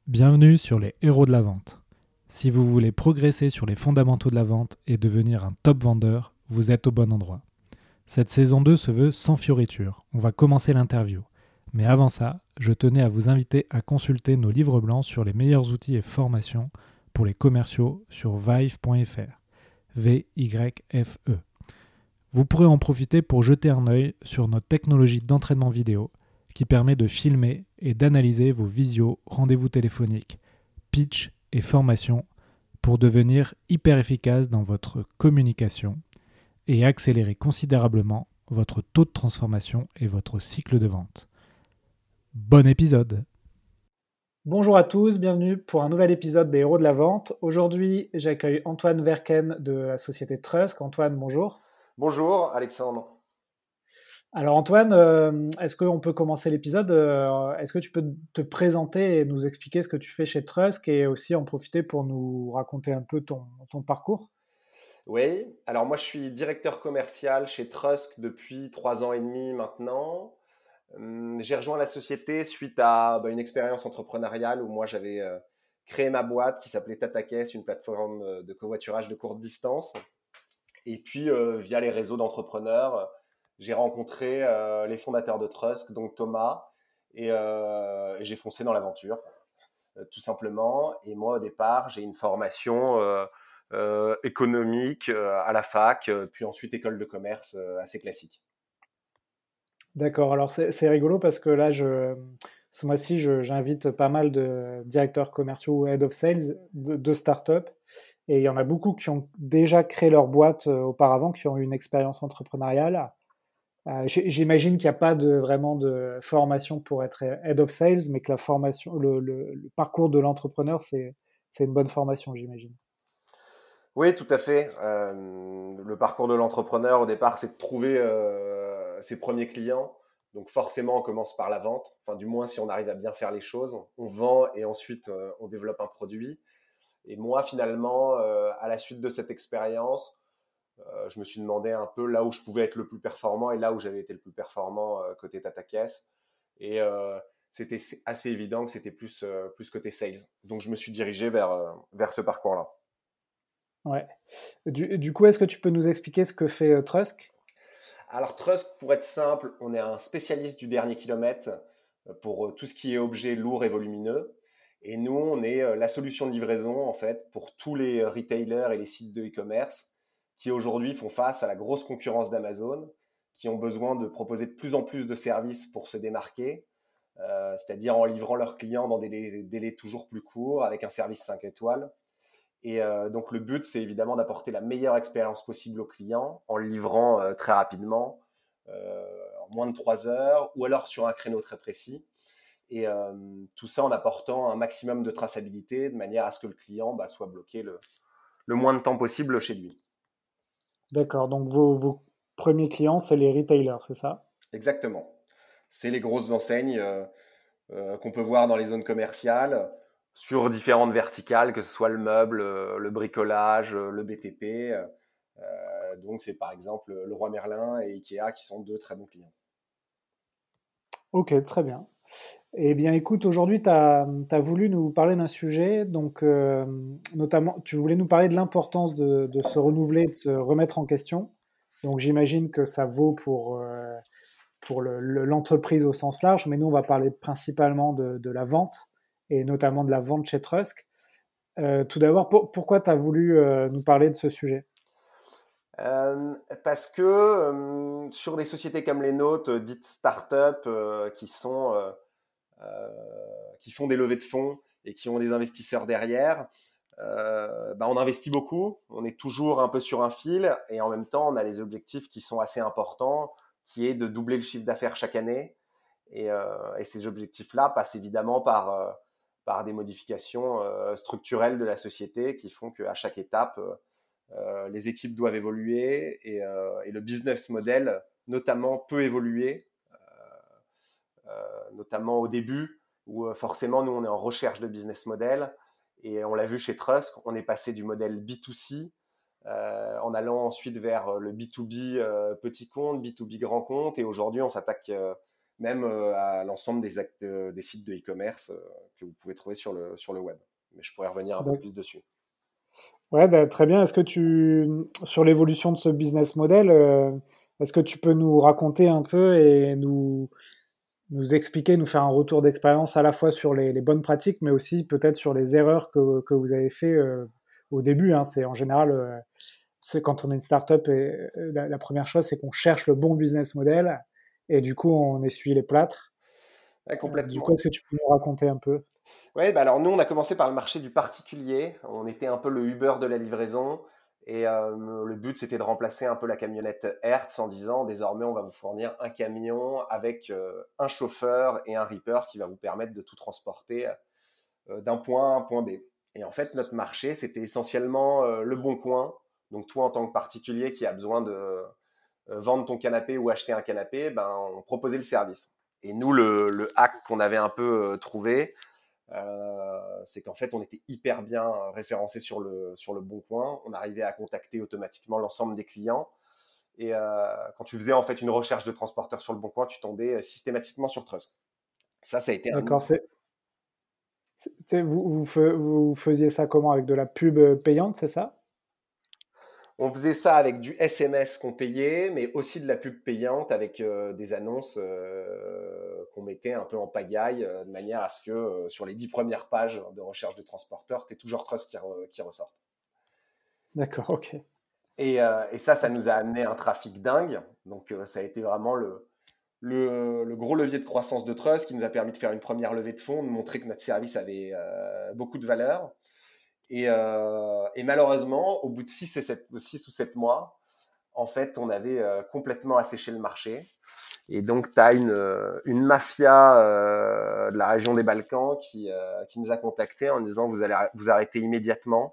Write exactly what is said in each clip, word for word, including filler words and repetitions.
Bienvenue sur les héros de la vente. Si vous voulez progresser sur les fondamentaux de la vente et devenir un top vendeur, vous êtes au bon endroit. Cette saison deux se veut sans fioriture. On va commencer l'interview. Mais avant ça, je tenais à vous inviter à consulter nos livres blancs sur les meilleurs outils et formations pour les commerciaux sur vive point f r. V Y F E. Vous pourrez en profiter pour jeter un œil sur notre technologie d'entraînement vidéo qui permet de filmer et d'analyser vos visios, rendez-vous téléphoniques, pitch et formations pour devenir hyper efficace dans votre communication et accélérer considérablement votre taux de transformation et votre cycle de vente. Bon épisode! Bonjour à tous, bienvenue pour un nouvel épisode des Héros de la Vente. Aujourd'hui, j'accueille Antoine Verken de la société Trusk. Antoine, bonjour. Bonjour Alexandre. Alors Antoine, euh, est-ce qu'on peut commencer l'épisode euh, Est-ce que tu peux te présenter et nous expliquer ce que tu fais chez Trusk et aussi en profiter pour nous raconter un peu ton, ton parcours? Oui, alors moi je suis directeur commercial chez Trusk depuis trois ans et demi maintenant. Hum, J'ai rejoint la société suite à bah, une expérience entrepreneuriale où moi j'avais euh, créé ma boîte qui s'appelait TataCaisse, une plateforme euh, de covoiturage de courte distance. Et puis euh, via les réseaux d'entrepreneurs, j'ai rencontré euh, les fondateurs de Trusk, donc Thomas, et, euh, et j'ai foncé dans l'aventure, euh, tout simplement. Et moi au départ, j'ai une formation euh, euh, économique euh, à la fac, euh, puis ensuite école de commerce euh, assez classique. D'accord, alors c'est c'est rigolo parce que là, je, ce mois-ci, je- j'invite pas mal de directeurs commerciaux ou head of sales de, de start-up. Et il y en a beaucoup qui ont déjà créé leur boîte euh, auparavant, qui ont eu une expérience entrepreneuriale. Euh, j'- j'imagine qu'il n'y a pas de, vraiment de formation pour être head of sales, mais que la formation, le, le- le parcours de l'entrepreneur, c'est, c'est une bonne formation, j'imagine. Oui, tout à fait. Euh, le parcours de l'entrepreneur au départ, c'est de trouver euh, ses premiers clients. Donc forcément, on commence par la vente. Enfin, du moins, si on arrive à bien faire les choses, on vend et ensuite euh, on développe un produit. Et moi, finalement, euh, à la suite de cette expérience, euh, je me suis demandé un peu là où je pouvais être le plus performant et là où j'avais été le plus performant euh, côté TataCaisse. Et euh, c'était assez évident que c'était plus, euh, plus côté sales. Donc je me suis dirigé vers, euh, vers ce parcours-là. Ouais. Du, du coup, est-ce que tu peux nous expliquer ce que fait euh, Trusk? Alors Trusk, pour être simple, on est un spécialiste du dernier kilomètre euh, pour euh, tout ce qui est objet lourd et volumineux. Et nous, on est euh, la solution de livraison en fait pour tous les retailers et les sites de e-commerce qui aujourd'hui font face à la grosse concurrence d'Amazon, qui ont besoin de proposer de plus en plus de services pour se démarquer, euh, c'est-à-dire en livrant leurs clients dans des délais, des délais toujours plus courts avec un service cinq étoiles. Et euh, donc le but, c'est évidemment d'apporter la meilleure expérience possible aux clients en le livrant euh, très rapidement, euh, en moins de trois heures, ou alors sur un créneau très précis. Et euh, tout ça en apportant un maximum de traçabilité, de manière à ce que le client bah, soit bloqué le, le moins de temps possible chez lui. D'accord, donc vos, vos premiers clients, c'est les retailers, c'est ça? Exactement. C'est les grosses enseignes euh, euh, qu'on peut voir dans les zones commerciales, sur différentes verticales, que ce soit le meuble, euh, le bricolage, euh, le B T P. Euh, donc, c'est par exemple Leroy Merlin et Ikea qui sont deux très bons clients. Ok, très bien. Eh bien, écoute, aujourd'hui, tu as voulu nous parler d'un sujet, donc euh, notamment, tu voulais nous parler de l'importance de, de se renouveler, de se remettre en question. Donc, j'imagine que ça vaut pour, euh, pour le- le- l'entreprise au sens large, mais nous, on va parler principalement de, de la vente, et notamment de la vente chez Trusk. Euh, tout d'abord, pour- pourquoi tu as voulu euh, nous parler de ce sujet? Euh, parce que euh, sur des sociétés comme les nôtres, euh, dites start-up, euh, qui sont euh, euh, qui font des levées de fonds et qui ont des investisseurs derrière, euh, bah, on investit beaucoup, on est toujours un peu sur un fil et en même temps on a les objectifs qui sont assez importants, qui est de doubler le chiffre d'affaires chaque année. Et, euh, et ces objectifs-là passent évidemment par, euh, par des modifications euh, structurelles de la société qui font qu'à chaque étape, euh, les équipes doivent évoluer et, euh, et le business model notamment peut évoluer, euh, notamment au début où euh, forcément nous on est en recherche de business model et on l'a vu chez Trusk, on est passé du modèle B deux C euh, en allant ensuite vers le B deux B euh, petit compte, B deux B grand compte et aujourd'hui on s'attaque euh, même euh, à l'ensemble des, actes, euh, des sites de e-commerce euh, que vous pouvez trouver sur le, sur le web. Mais je pourrais revenir un peu D'ac- plus dessus. Ouais, bah, très bien. Est-ce que tu, sur l'évolution de ce business model, euh, est-ce que tu peux nous raconter un peu et nous, nous expliquer, nous faire un retour d'expérience à la fois sur les, les bonnes pratiques, mais aussi peut-être sur les erreurs que, que vous avez fait euh, au début, hein. C'est en général, euh, c'est quand on est une startup, et, euh, la, la première chose, c'est qu'on cherche le bon business model et du coup, on essuie les plâtres. Ouais, Euh, du coup, complètement. est-ce que tu peux nous raconter un peu? Ouais, bah alors nous, on a commencé par le marché du particulier. On était un peu le Uber de la livraison. Et euh, le but, c'était de remplacer un peu la camionnette Hertz en disant, désormais, on va vous fournir un camion avec euh, un chauffeur et un ripper qui va vous permettre de tout transporter euh, d'un point A à un point B. Et en fait, notre marché, c'était essentiellement euh, le bon coin. Donc toi, en tant que particulier qui a besoin de euh, vendre ton canapé ou acheter un canapé, ben, on proposait le service. Et nous, le, le hack qu'on avait un peu euh, trouvé, euh, c'est qu'en fait, on était hyper bien référencé sur le, sur le bon coin. On arrivait à contacter automatiquement l'ensemble des clients. Et euh, quand tu faisais en fait une recherche de transporteur sur le bon coin, tu tombais systématiquement sur Trust. Ça, ça a été un. D'accord, c'est, c'est- c'est- vous, vous, fe- vous faisiez ça comment? Avec de la pub euh, payante, c'est ça? On faisait ça avec du S M S qu'on payait, mais aussi de la pub payante avec euh, des annonces euh, qu'on mettait un peu en pagaille, euh, de manière à ce que euh, sur les dix premières pages de recherche de transporteur, tu aies toujours Trust qui, re- qui ressort. D'accord, ok. Et, euh, et ça, ça Ok. nous a amené un trafic dingue. Donc, euh, ça a été vraiment le, le, le gros levier de croissance de Trust qui nous a permis de faire une première levée de fonds, de montrer que notre service avait euh, beaucoup de valeur. Et, euh, et malheureusement, au bout de six ou sept mois, en fait, on avait euh, complètement asséché le marché. Et donc, tu as une, euh, une mafia euh, de la région des Balkans qui, euh, qui nous a contactés en disant vous allez vous arrêter immédiatement,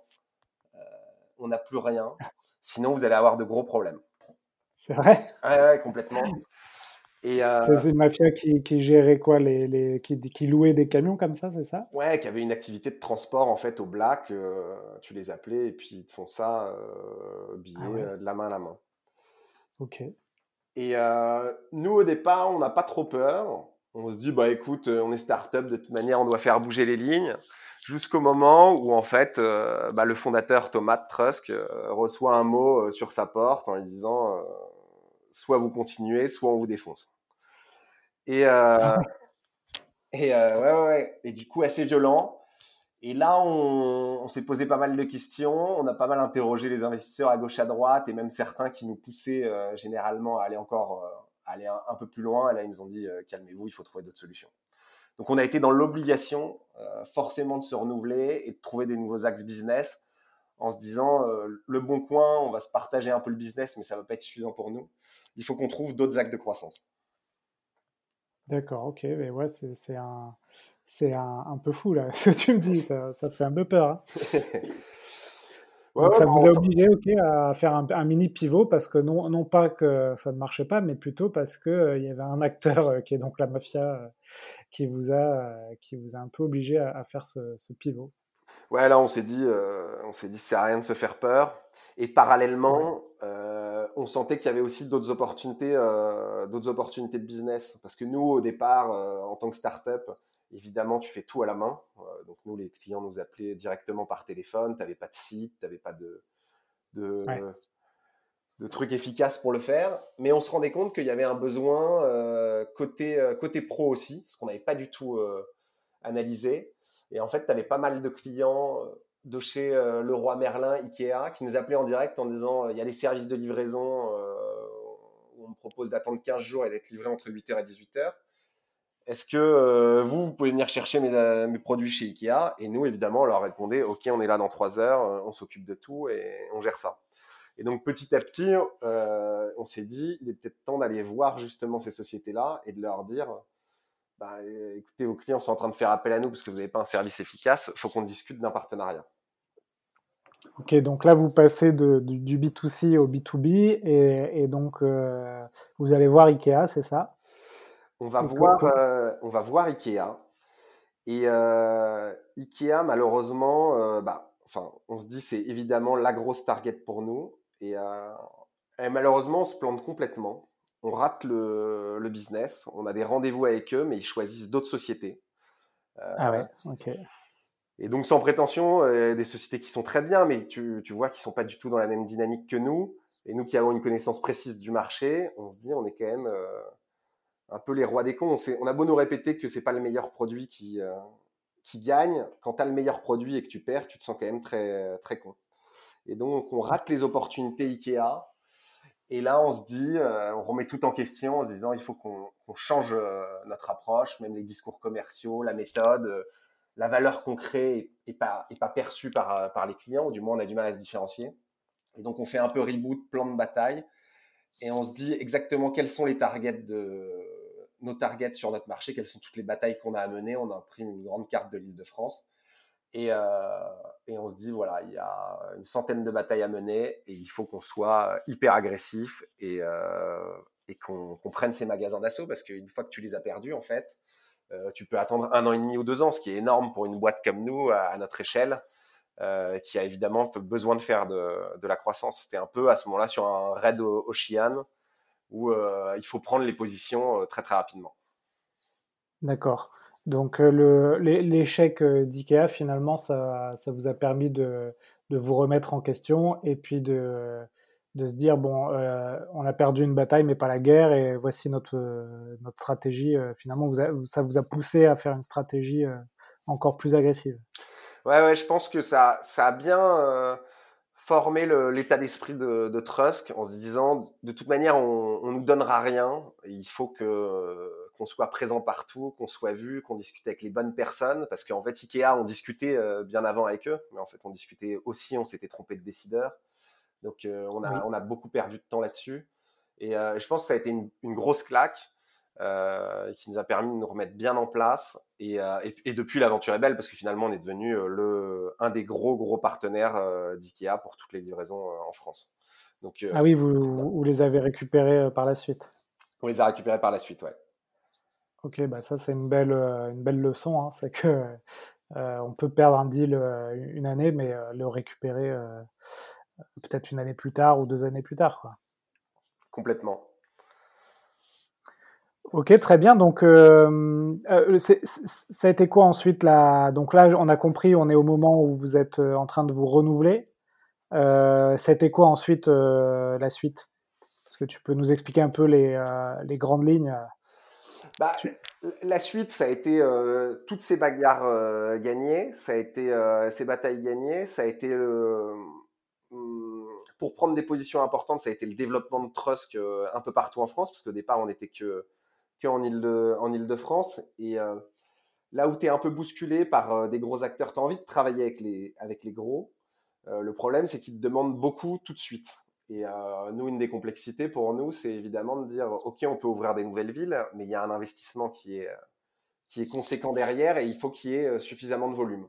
on n'a plus rien, sinon vous allez avoir de gros problèmes. C'est vrai? Ouais, ouais, complètement. Et euh, C'est c'est une mafia qui, qui gérait quoi, les, les, qui, qui louait des camions comme ça, c'est ça? ouais, qui avait une activité de transport en fait au black, euh, tu les appelais et puis ils te font ça euh, Ah billets ouais, euh, de la main à la main. ok. Et euh, nous, au départ, on n'a pas trop peur. On se dit, bah écoute, on est start-up, de toute manière, on doit faire bouger les lignes. Jusqu'au moment où, en fait, euh, bah, le fondateur Thomas Trusk euh, reçoit un mot euh, sur sa porte en lui disant, euh, soit vous continuez, soit on vous défonce. Et, Ah euh, ouais. et euh, ouais, ouais, ouais. Et du coup, assez violent. Et là, on, on s'est posé pas mal de questions. On a pas mal interrogé les investisseurs à gauche, à droite, et même certains qui nous poussaient euh, généralement à aller encore euh, à aller un, un peu plus loin. Et là, ils nous ont dit euh, calmez-vous, il faut trouver d'autres solutions. Donc, on a été dans l'obligation euh, forcément de se renouveler et de trouver des nouveaux axes business en se disant euh, le bon coin, on va se partager un peu le business, mais ça va pas être suffisant pour nous. Il faut qu'on trouve d'autres axes de croissance. D'accord, ok. Mais ouais, c'est c'est un, c'est un, un peu fou là, ce que tu me dis, ça, ça fait un peu peur, hein. Ouais, Donc ouais, ça bah, vous on a s'en- obligé, ok, à faire un, un mini pivot parce que non, non pas que ça ne marchait pas, mais plutôt parce que euh, il y avait un acteur euh, qui est donc la mafia euh, qui vous a, euh, qui vous a un peu obligé à, à faire ce, ce pivot. Ouais, là, on s'est dit, euh, on s'est dit, c'est à rien de se faire peur. Et Ouais, parallèlement, euh, on sentait qu'il y avait aussi d'autres opportunités, euh, d'autres opportunités de business. Parce que nous, au départ, euh, en tant que start-up, évidemment, tu fais tout à la main. Euh, donc nous, les clients nous appelaient directement par téléphone. Tu n'avais pas de site, tu n'avais pas de, de, ouais, de trucs efficaces pour le faire. Mais on se rendait compte qu'il y avait un besoin euh, côté, euh, côté pro aussi, ce qu'on n'avait pas du tout euh, analysé. Et en fait, tu avais pas mal de clients euh, de chez euh, Leroy Merlin, Ikea, qui nous appelaient en direct en disant il euh, y a des services de livraison euh, où on me propose d'attendre quinze jours et d'être livré entre huit heures et dix-huit heures. Est-ce que euh, vous, vous pouvez venir chercher mes, euh, mes produits chez Ikea? Et nous, évidemment, on leur répondait ok, on est là dans trois heures, euh, on s'occupe de tout et on gère ça. Et donc, petit à petit, euh, on s'est dit il est peut-être temps d'aller voir justement ces sociétés-là et de leur dire bah, écoutez, vos clients sont en train de faire appel à nous parce que vous n'avez pas un service efficace, il faut qu'on discute d'un partenariat. ok. Donc là, vous passez de, du, du B deux C au B deux B et, et donc euh, vous allez voir Ikea, c'est ça? On va Ou que- voir, que- euh, on va voir Ikea. Et euh, Ikea, malheureusement, euh, bah, enfin, on se dit c'est évidemment la grosse target pour nous. Et, euh, et malheureusement, on se plante complètement. on rate le, le business, on a des rendez-vous avec eux, mais ils choisissent d'autres sociétés. Euh, Ah ouais, ok. Et donc, sans prétention, euh, des sociétés qui sont très bien, mais tu, tu vois qu'ils sont pas du tout dans la même dynamique que nous. Et nous qui avons une connaissance précise du marché, on se dit, on est quand même euh, un peu les rois des cons. On, sait, on a beau nous répéter que c'est pas le meilleur produit qui, euh, qui gagne. Quand tu as le meilleur produit et que tu perds, tu te sens quand même très, très con. Et donc, on rate les opportunités Ikea. Et là, on se dit, euh, on remet tout en question en se disant, il faut qu'on, qu'on change euh, notre approche, même les discours commerciaux, la méthode, euh, la valeur qu'on crée est pas, est pas perçue par, par les clients, ou du moins on a du mal à se différencier. Et donc, on fait un peu reboot, plan de bataille, et on se dit exactement quels sont les targets de nos targets sur notre marché, quelles sont toutes les batailles qu'on a à mener. On imprime une grande carte de l'Île-de-France. Et, euh, et on se dit, voilà, il y a une centaine de batailles à mener et il faut qu'on soit hyper agressif et, euh, et qu'on, qu'on prenne ces magasins d'assaut parce qu'une fois que tu les as perdus, en fait, euh, tu peux attendre un an et demi ou deux ans, ce qui est énorme pour une boîte comme nous, à, à notre échelle, euh, qui a évidemment besoin de faire de, de la croissance. C'était un peu à ce moment-là sur un raid Ocean où euh, il faut prendre les positions euh, très très rapidement. D'accord. Donc euh, le, l'é- l'échec euh, d'IKEA, finalement, ça, ça vous a permis de, de vous remettre en question et puis de, de se dire, bon, euh, on a perdu une bataille, mais pas la guerre, et voici notre, euh, notre stratégie. Euh, finalement, vous a- ça vous a poussé à faire une stratégie euh, encore plus agressive. Ouais, ouais, je pense que ça, ça a bien euh, formé le- l'état d'esprit de, de Trusk en se disant, de toute manière, on, on nous donnera rien. Il faut que euh, qu'on soit présent partout, qu'on soit vu, qu'on discute avec les bonnes personnes. Parce qu'en fait, Ikea, on discutait euh, bien avant avec eux, mais en fait, on discutait aussi, on s'était trompé de décideur. Donc, euh, on a, Oui. on a beaucoup perdu de temps là-dessus. Et euh, je pense que ça a été une, une grosse claque euh, qui nous a permis de nous remettre bien en place. Et, euh, et, et depuis, l'aventure est belle parce que finalement, on est devenu euh, le, un des gros, gros partenaires euh, d'IKEA pour toutes les livraisons euh, en France. Donc, euh, Ah oui, vous, c'est bien. vous les avez récupérés euh, par la suite. On les a récupérés par la suite, ouais. Ok, bah ça c'est une belle, euh, une belle leçon, hein. C'est que euh, on peut perdre un deal euh, une année, mais euh, le récupérer euh, peut-être une année plus tard ou deux années plus tard, quoi. Complètement. Ok, très bien. Donc, euh, euh, c'est- c'est- ça a été quoi ensuite là? Donc là, on a compris, on est au moment où vous êtes euh, en train de vous renouveler. Euh, ça a été quoi ensuite euh, la suite? Est-ce que tu peux nous expliquer un peu les, euh, les grandes lignes? Bah, Tu- la suite, ça a été euh, toutes ces bagarres euh, gagnées, ça a été euh, ces batailles gagnées, ça a été le, hum, pour prendre des positions importantes, ça a été le développement de Trusk euh, un peu partout en France, parce qu'au départ, on n'était que, que en Île-de, en Île-de-France. Et euh, là où tu es un peu bousculé par euh, des gros acteurs, tu as envie de travailler avec les, avec les gros. Euh, le problème, c'est qu'ils te demandent beaucoup tout de suite. Et euh, nous, une des complexités pour nous, c'est évidemment de dire, OK, on peut ouvrir des nouvelles villes, mais il y a un investissement qui est, qui est conséquent derrière et il faut qu'il y ait euh, suffisamment de volume.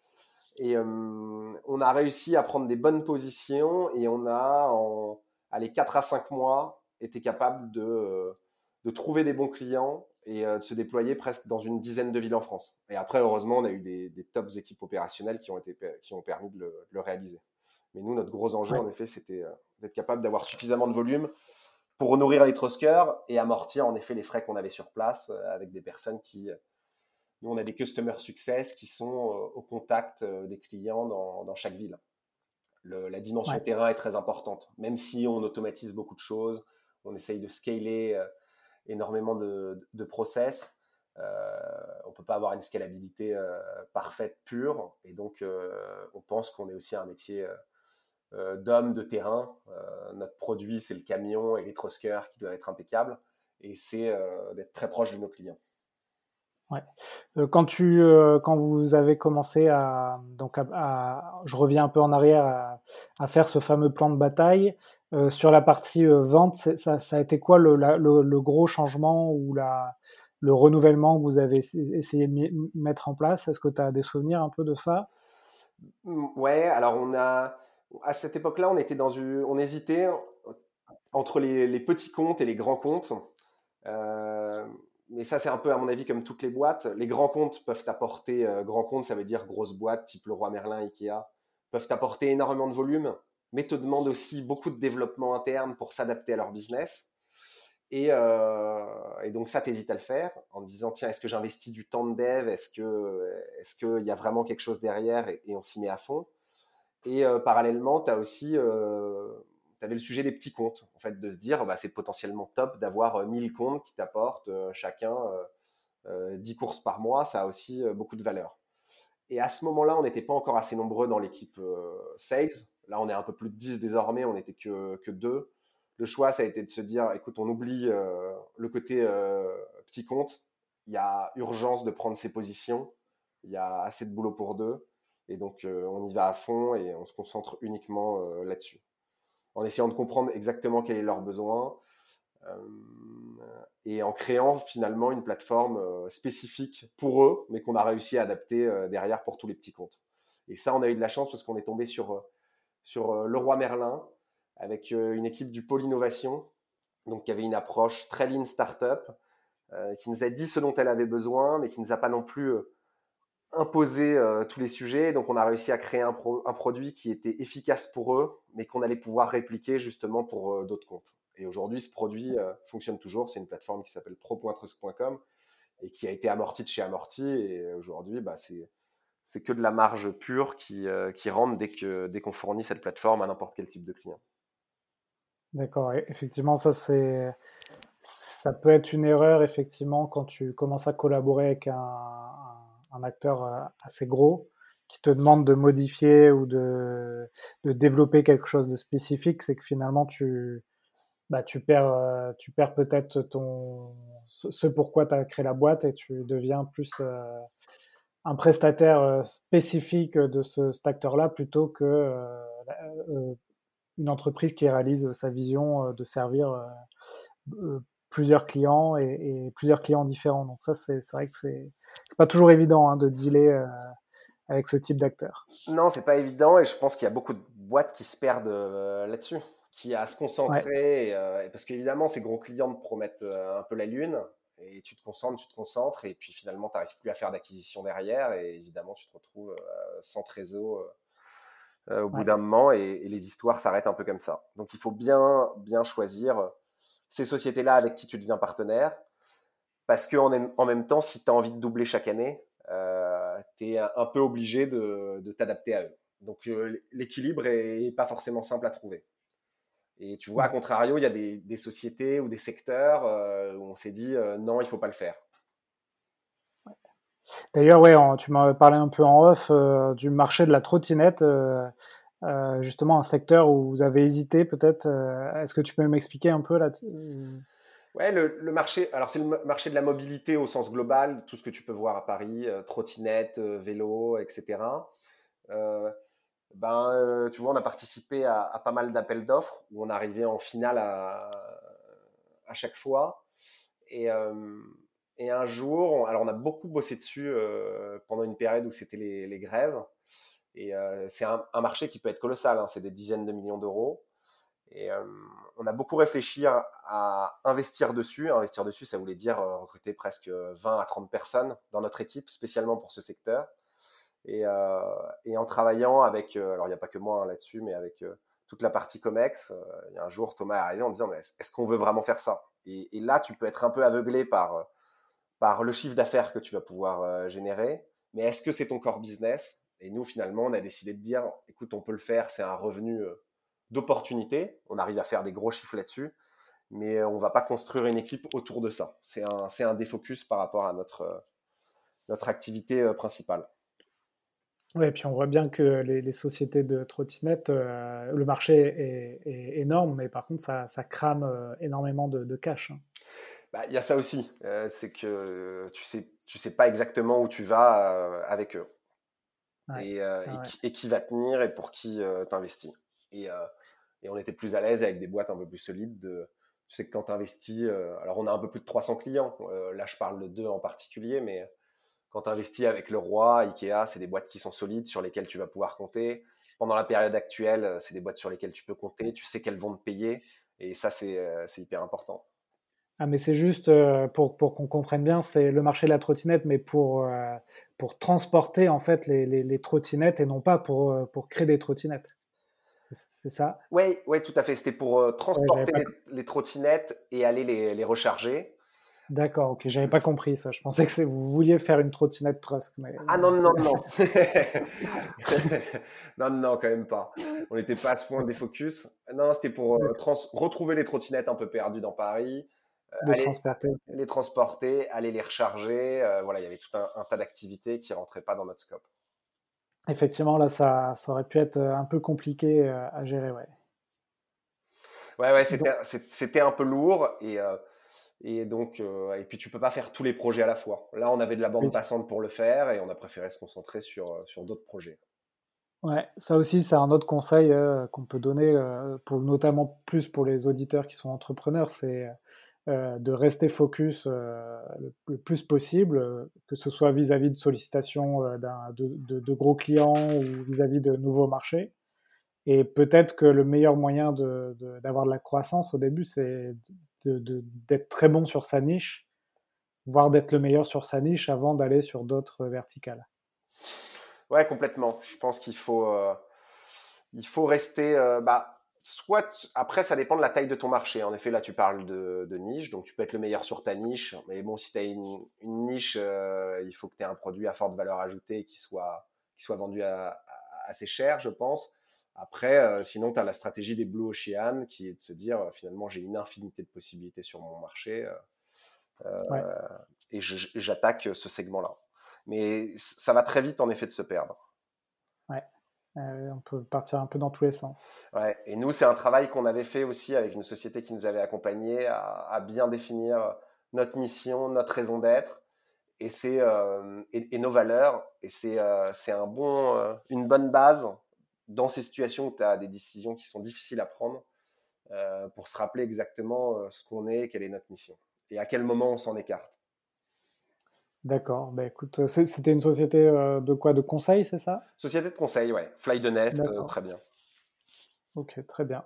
Et euh, on a réussi à prendre des bonnes positions et on a, en allez, quatre à cinq mois, été capable de, euh, de trouver des bons clients et euh, de se déployer presque dans une dizaine de villes en France. Et après, heureusement, on a eu des, des tops équipes opérationnelles qui ont, été, qui ont permis de le, de le réaliser. Mais nous, notre gros enjeu, Ouais. en effet, c'était euh, d'être capable d'avoir suffisamment de volume pour nourrir les truskers et amortir, en effet, les frais qu'on avait sur place euh, avec des personnes qui... Nous, on a des customer success qui sont euh, au contact euh, des clients dans, dans chaque ville. Le, la dimension Ouais. terrain est très importante. Même si on automatise beaucoup de choses, on essaye de scaler euh, énormément de, de process. Euh, on ne peut pas avoir une scalabilité euh, parfaite, pure. Et donc, euh, on pense qu'on est aussi un métier euh, d'homme de terrain. Euh, notre produit, c'est le camion et les truskers qui doivent être impeccables. Et c'est euh, d'être très proche de nos clients. Ouais. Euh, quand tu, euh, quand vous avez commencé à, donc à, à- je reviens un peu en arrière à, à faire ce fameux plan de bataille euh, sur la partie euh, vente, c'est- ça, ça a été quoi le, la- le, le gros changement ou la, le renouvellement que vous avez essa- essayé de mi- mettre en place? Est-ce que tu as des souvenirs un peu de ça? Ouais, alors on a à cette époque-là, on était dans une, on hésitait entre les, les petits comptes et les grands comptes. Euh, mais ça, c'est un peu à mon avis comme toutes les boîtes. Les grands comptes peuvent t'apporter, euh, grands comptes, ça veut dire grosses boîtes type Leroy Merlin, Ikea, peuvent t'apporter énormément de volume, mais te demandent aussi beaucoup de développement interne pour s'adapter à leur business. Et, euh, et donc ça, t'hésites à le faire en te disant, tiens, est-ce que j'investis du temps de dev? Est-ce que, est-ce qu'il y a vraiment quelque chose derrière? Et, et on s'y met à fond. Et euh, parallèlement, tu as aussi, euh, t'avais le sujet des petits comptes, en fait, de se dire, bah, c'est potentiellement top d'avoir euh, mille comptes qui t'apportent euh, chacun euh, euh, dix courses par mois. Ça a aussi euh, beaucoup de valeur. Et à ce moment-là, on n'était pas encore assez nombreux dans l'équipe euh, sales. Là, on est un peu plus de dix désormais, on n'était que, que deux. Le choix, ça a été de se dire, écoute, on oublie euh, le côté euh, petit compte. Il y a urgence de prendre ses positions. Il y a assez de boulot pour deux. Et donc, euh, on y va à fond et on se concentre uniquement euh, là-dessus. En essayant de comprendre exactement quel est leur besoin, euh, et en créant finalement une plateforme euh, spécifique pour eux, mais qu'on a réussi à adapter euh, derrière pour tous les petits comptes. Et ça, on a eu de la chance parce qu'on est tombé sur, euh, sur euh, Leroy Merlin avec euh, une équipe du pôle innovation, donc qui avait une approche très lean startup, euh, qui nous a dit ce dont elle avait besoin, mais qui ne nous a pas non plus euh, imposé euh, tous les sujets. Donc, on a réussi à créer un, pro- un produit qui était efficace pour eux, mais qu'on allait pouvoir répliquer justement pour euh, d'autres comptes. Et aujourd'hui, ce produit euh, fonctionne toujours. C'est une plateforme qui s'appelle pro point trust point com et qui a été amortie de chez Amorti. Et aujourd'hui, bah, c'est, c'est que de la marge pure qui, euh, qui rentre dès, que, dès qu'on fournit cette plateforme à n'importe quel type de client. D'accord, et effectivement, ça c'est, ça peut être une erreur effectivement quand tu commences à collaborer avec un, un- un acteur euh, assez gros qui te demande de modifier ou de, de développer quelque chose de spécifique, c'est que finalement tu, bah, tu perds, euh, tu perds peut-être ton, ce, ce pourquoi tu as créé la boîte et tu deviens plus euh, un prestataire euh, spécifique de ce, cet acteur-là plutôt que euh, euh, une entreprise qui réalise sa vision euh, de servir euh, euh, plusieurs clients et, et plusieurs clients différents. Donc ça, c'est c'est vrai que c'est c'est pas toujours évident hein, de dealer euh, avec ce type d'acteur. Non, c'est pas évident et je pense qu'il y a beaucoup de boîtes qui se perdent euh, là-dessus, qui a à se Ouais, concentrer, euh, et parce qu'évidemment, ces gros clients te promettent euh, un peu la lune et tu te concentres, tu te concentres et puis finalement, tu n'arrives plus à faire d'acquisition derrière et évidemment, tu te retrouves euh, sans trésor euh, au bout ouais. d'un moment et, et les histoires s'arrêtent un peu comme ça. Donc, il faut bien, bien choisir ces sociétés-là avec qui tu deviens partenaire parce qu'en en même temps, si tu as envie de doubler chaque année, euh, tu es un peu obligé de, de t'adapter à eux. Donc euh, l'équilibre est pas forcément simple à trouver. Et tu vois, à Ouais. contrario, il y a des, des sociétés ou des secteurs euh, où on s'est dit euh, non, il faut pas le faire. D'ailleurs, ouais, en- tu m'as parlé un peu en off euh, du marché de la trottinette, euh, euh, justement un secteur où vous avez hésité peut-être. Euh, est-ce que tu peux m'expliquer un peu là? euh, Ouais, le, le marché, alors c'est le marché de la mobilité au sens global, tout ce que tu peux voir à Paris, euh, trottinette, euh, vélo, et cetera. Euh, ben, euh, tu vois, on a participé à, à pas mal d'appels d'offres où on arrivait en finale à, à chaque fois. Et, euh, et un jour, on, alors on a beaucoup bossé dessus euh, pendant une période où c'était les, les grèves. Et euh, c'est un, un marché qui peut être colossal, hein, c'est des dizaines de millions d'euros. Et euh, on a beaucoup réfléchi à, à investir dessus. Investir dessus, ça voulait dire euh, recruter presque vingt à trente personnes dans notre équipe, spécialement pour ce secteur. Et, euh, et en travaillant avec, euh, alors il n'y a pas que moi hein, là-dessus, mais avec euh, toute la partie Comex, euh, il y a un jour Thomas est arrivé en disant mais est-ce, est-ce qu'on veut vraiment faire ça et, et là, tu peux être un peu aveuglé par, par le chiffre d'affaires que tu vas pouvoir euh, générer, mais est-ce que c'est ton core business? Et nous, finalement, on a décidé de dire écoute, on peut le faire, c'est un revenu euh, d'opportunité, on arrive à faire des gros chiffres là-dessus, mais on ne va pas construire une équipe autour de ça. C'est un, c'est un défocus par rapport à notre, euh, notre activité euh, principale. Ouais, et puis on voit bien que les, les sociétés de trottinettes, euh, le marché est, est énorme, mais par contre, ça, ça crame euh, énormément de, de cash, hein. Bah, il y a ça aussi, euh, c'est que euh, tu sais, tu sais pas exactement où tu vas euh, avec eux Ouais, et, euh, et, ouais, qui, et qui va tenir et pour qui euh, t'investis. Et, euh, et on était plus à l'aise avec des boîtes un peu plus solides. De, tu sais que quand tu investis, euh, alors on a un peu plus de trois cents clients, euh, là je parle de deux en particulier, mais quand tu investis avec Leroy, Ikea, c'est des boîtes qui sont solides sur lesquelles tu vas pouvoir compter. Pendant la période actuelle, euh, c'est des boîtes sur lesquelles tu peux compter, tu sais qu'elles vont te payer et ça c'est euh, c'est hyper important. ah, mais c'est juste euh, pour, pour qu'on comprenne bien, c'est le marché de la trottinette, mais pour, euh, pour transporter en fait les, les, les trottinettes et non pas pour, euh, pour créer des trottinettes. C'est, c'est ça? Oui, ouais, tout à fait. C'était pour euh, Ouais, j'avais transporter pas. les, les trottinettes et aller les, les recharger. D'accord, ok, j'avais pas compris ça. Je pensais que c'est, vous vouliez faire une trottinette Trust, mais Ah non, non, c'est... non, non. Non, non, quand même pas. On n'était pas à ce point défocus. Non, c'était pour euh, D'accord. trans- retrouver les trottinettes un peu perdues dans Paris, euh, De aller transporter. Ok. les transporter, aller les recharger. Euh, voilà, il y avait tout un, un tas d'activités qui rentraient pas dans notre scope. Effectivement, là, ça, ça aurait pu être euh, un peu compliqué euh, à gérer, ouais. Ouais, ouais, Donc, c'était, c'est- c'était un peu lourd et, euh, et donc, euh, et puis tu peux pas faire tous les projets à la fois. Là, on avait de la bande oui. passante pour le faire et on a préféré se concentrer sur, euh, sur d'autres projets. Ouais, ça aussi, c'est un autre conseil euh, qu'on peut donner, euh, pour, notamment plus pour les auditeurs qui sont entrepreneurs, c'est euh, de rester focus euh, le, le plus possible, euh, que ce soit vis-à-vis de sollicitations euh, d'un- de, de- de gros clients ou vis-à-vis de nouveaux marchés. Et peut-être que le meilleur moyen de, de- d'avoir de la croissance au début, c'est de- de- d'être très bon sur sa niche, voire d'être le meilleur sur sa niche avant d'aller sur d'autres verticales. Ouais, complètement. Je pense qu'il faut, euh, il faut rester. Euh, bah, soit après, ça dépend de la taille de ton marché. En effet, là, tu parles de, de niche, donc tu peux être le meilleur sur ta niche. Mais bon, si tu as une, une niche, euh, il faut que tu aies un produit à forte valeur ajoutée qui soit, qui soit vendu à, à- assez cher, je pense. Après, euh, sinon, tu as la stratégie des Blue Ocean qui est de se dire, euh, finalement, j'ai une infinité de possibilités sur mon marché euh, Ouais, et je- j'attaque ce segment-là. Mais ça va très vite, en effet, de se perdre. ouais. Euh, on peut partir un peu dans tous les sens. Ouais. Et nous, c'est un travail qu'on avait fait aussi avec une société qui nous avait accompagnés à, à bien définir notre mission, notre raison d'être et, c'est, euh, et, et nos valeurs. Et c'est, euh, c'est un bon, euh, une bonne base dans ces situations où tu as des décisions qui sont difficiles à prendre euh, pour se rappeler exactement euh, ce qu'on est, quelle est notre mission et à quel moment on s'en écarte. D'accord. Bah, écoute, c'est- c'était une société euh, de quoi? De conseil, c'est ça? Société de conseil, ouais. Fly the Nest, euh, D'accord. très bien. Ok, très bien.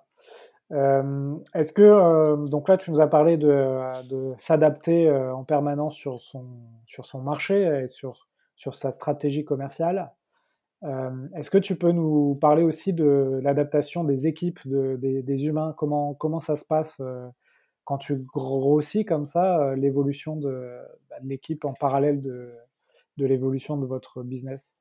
Euh, est-ce que, euh, donc là, tu nous as parlé de, de s'adapter euh, en permanence sur son, sur son marché et sur, sur sa stratégie commerciale. Euh, est-ce que tu peux nous parler aussi de l'adaptation des équipes, de, des, des humains? Comment, comment ça se passe euh, quand tu grossis comme ça, euh, l'évolution de, bah, de l'équipe en parallèle de, de l'évolution de votre business?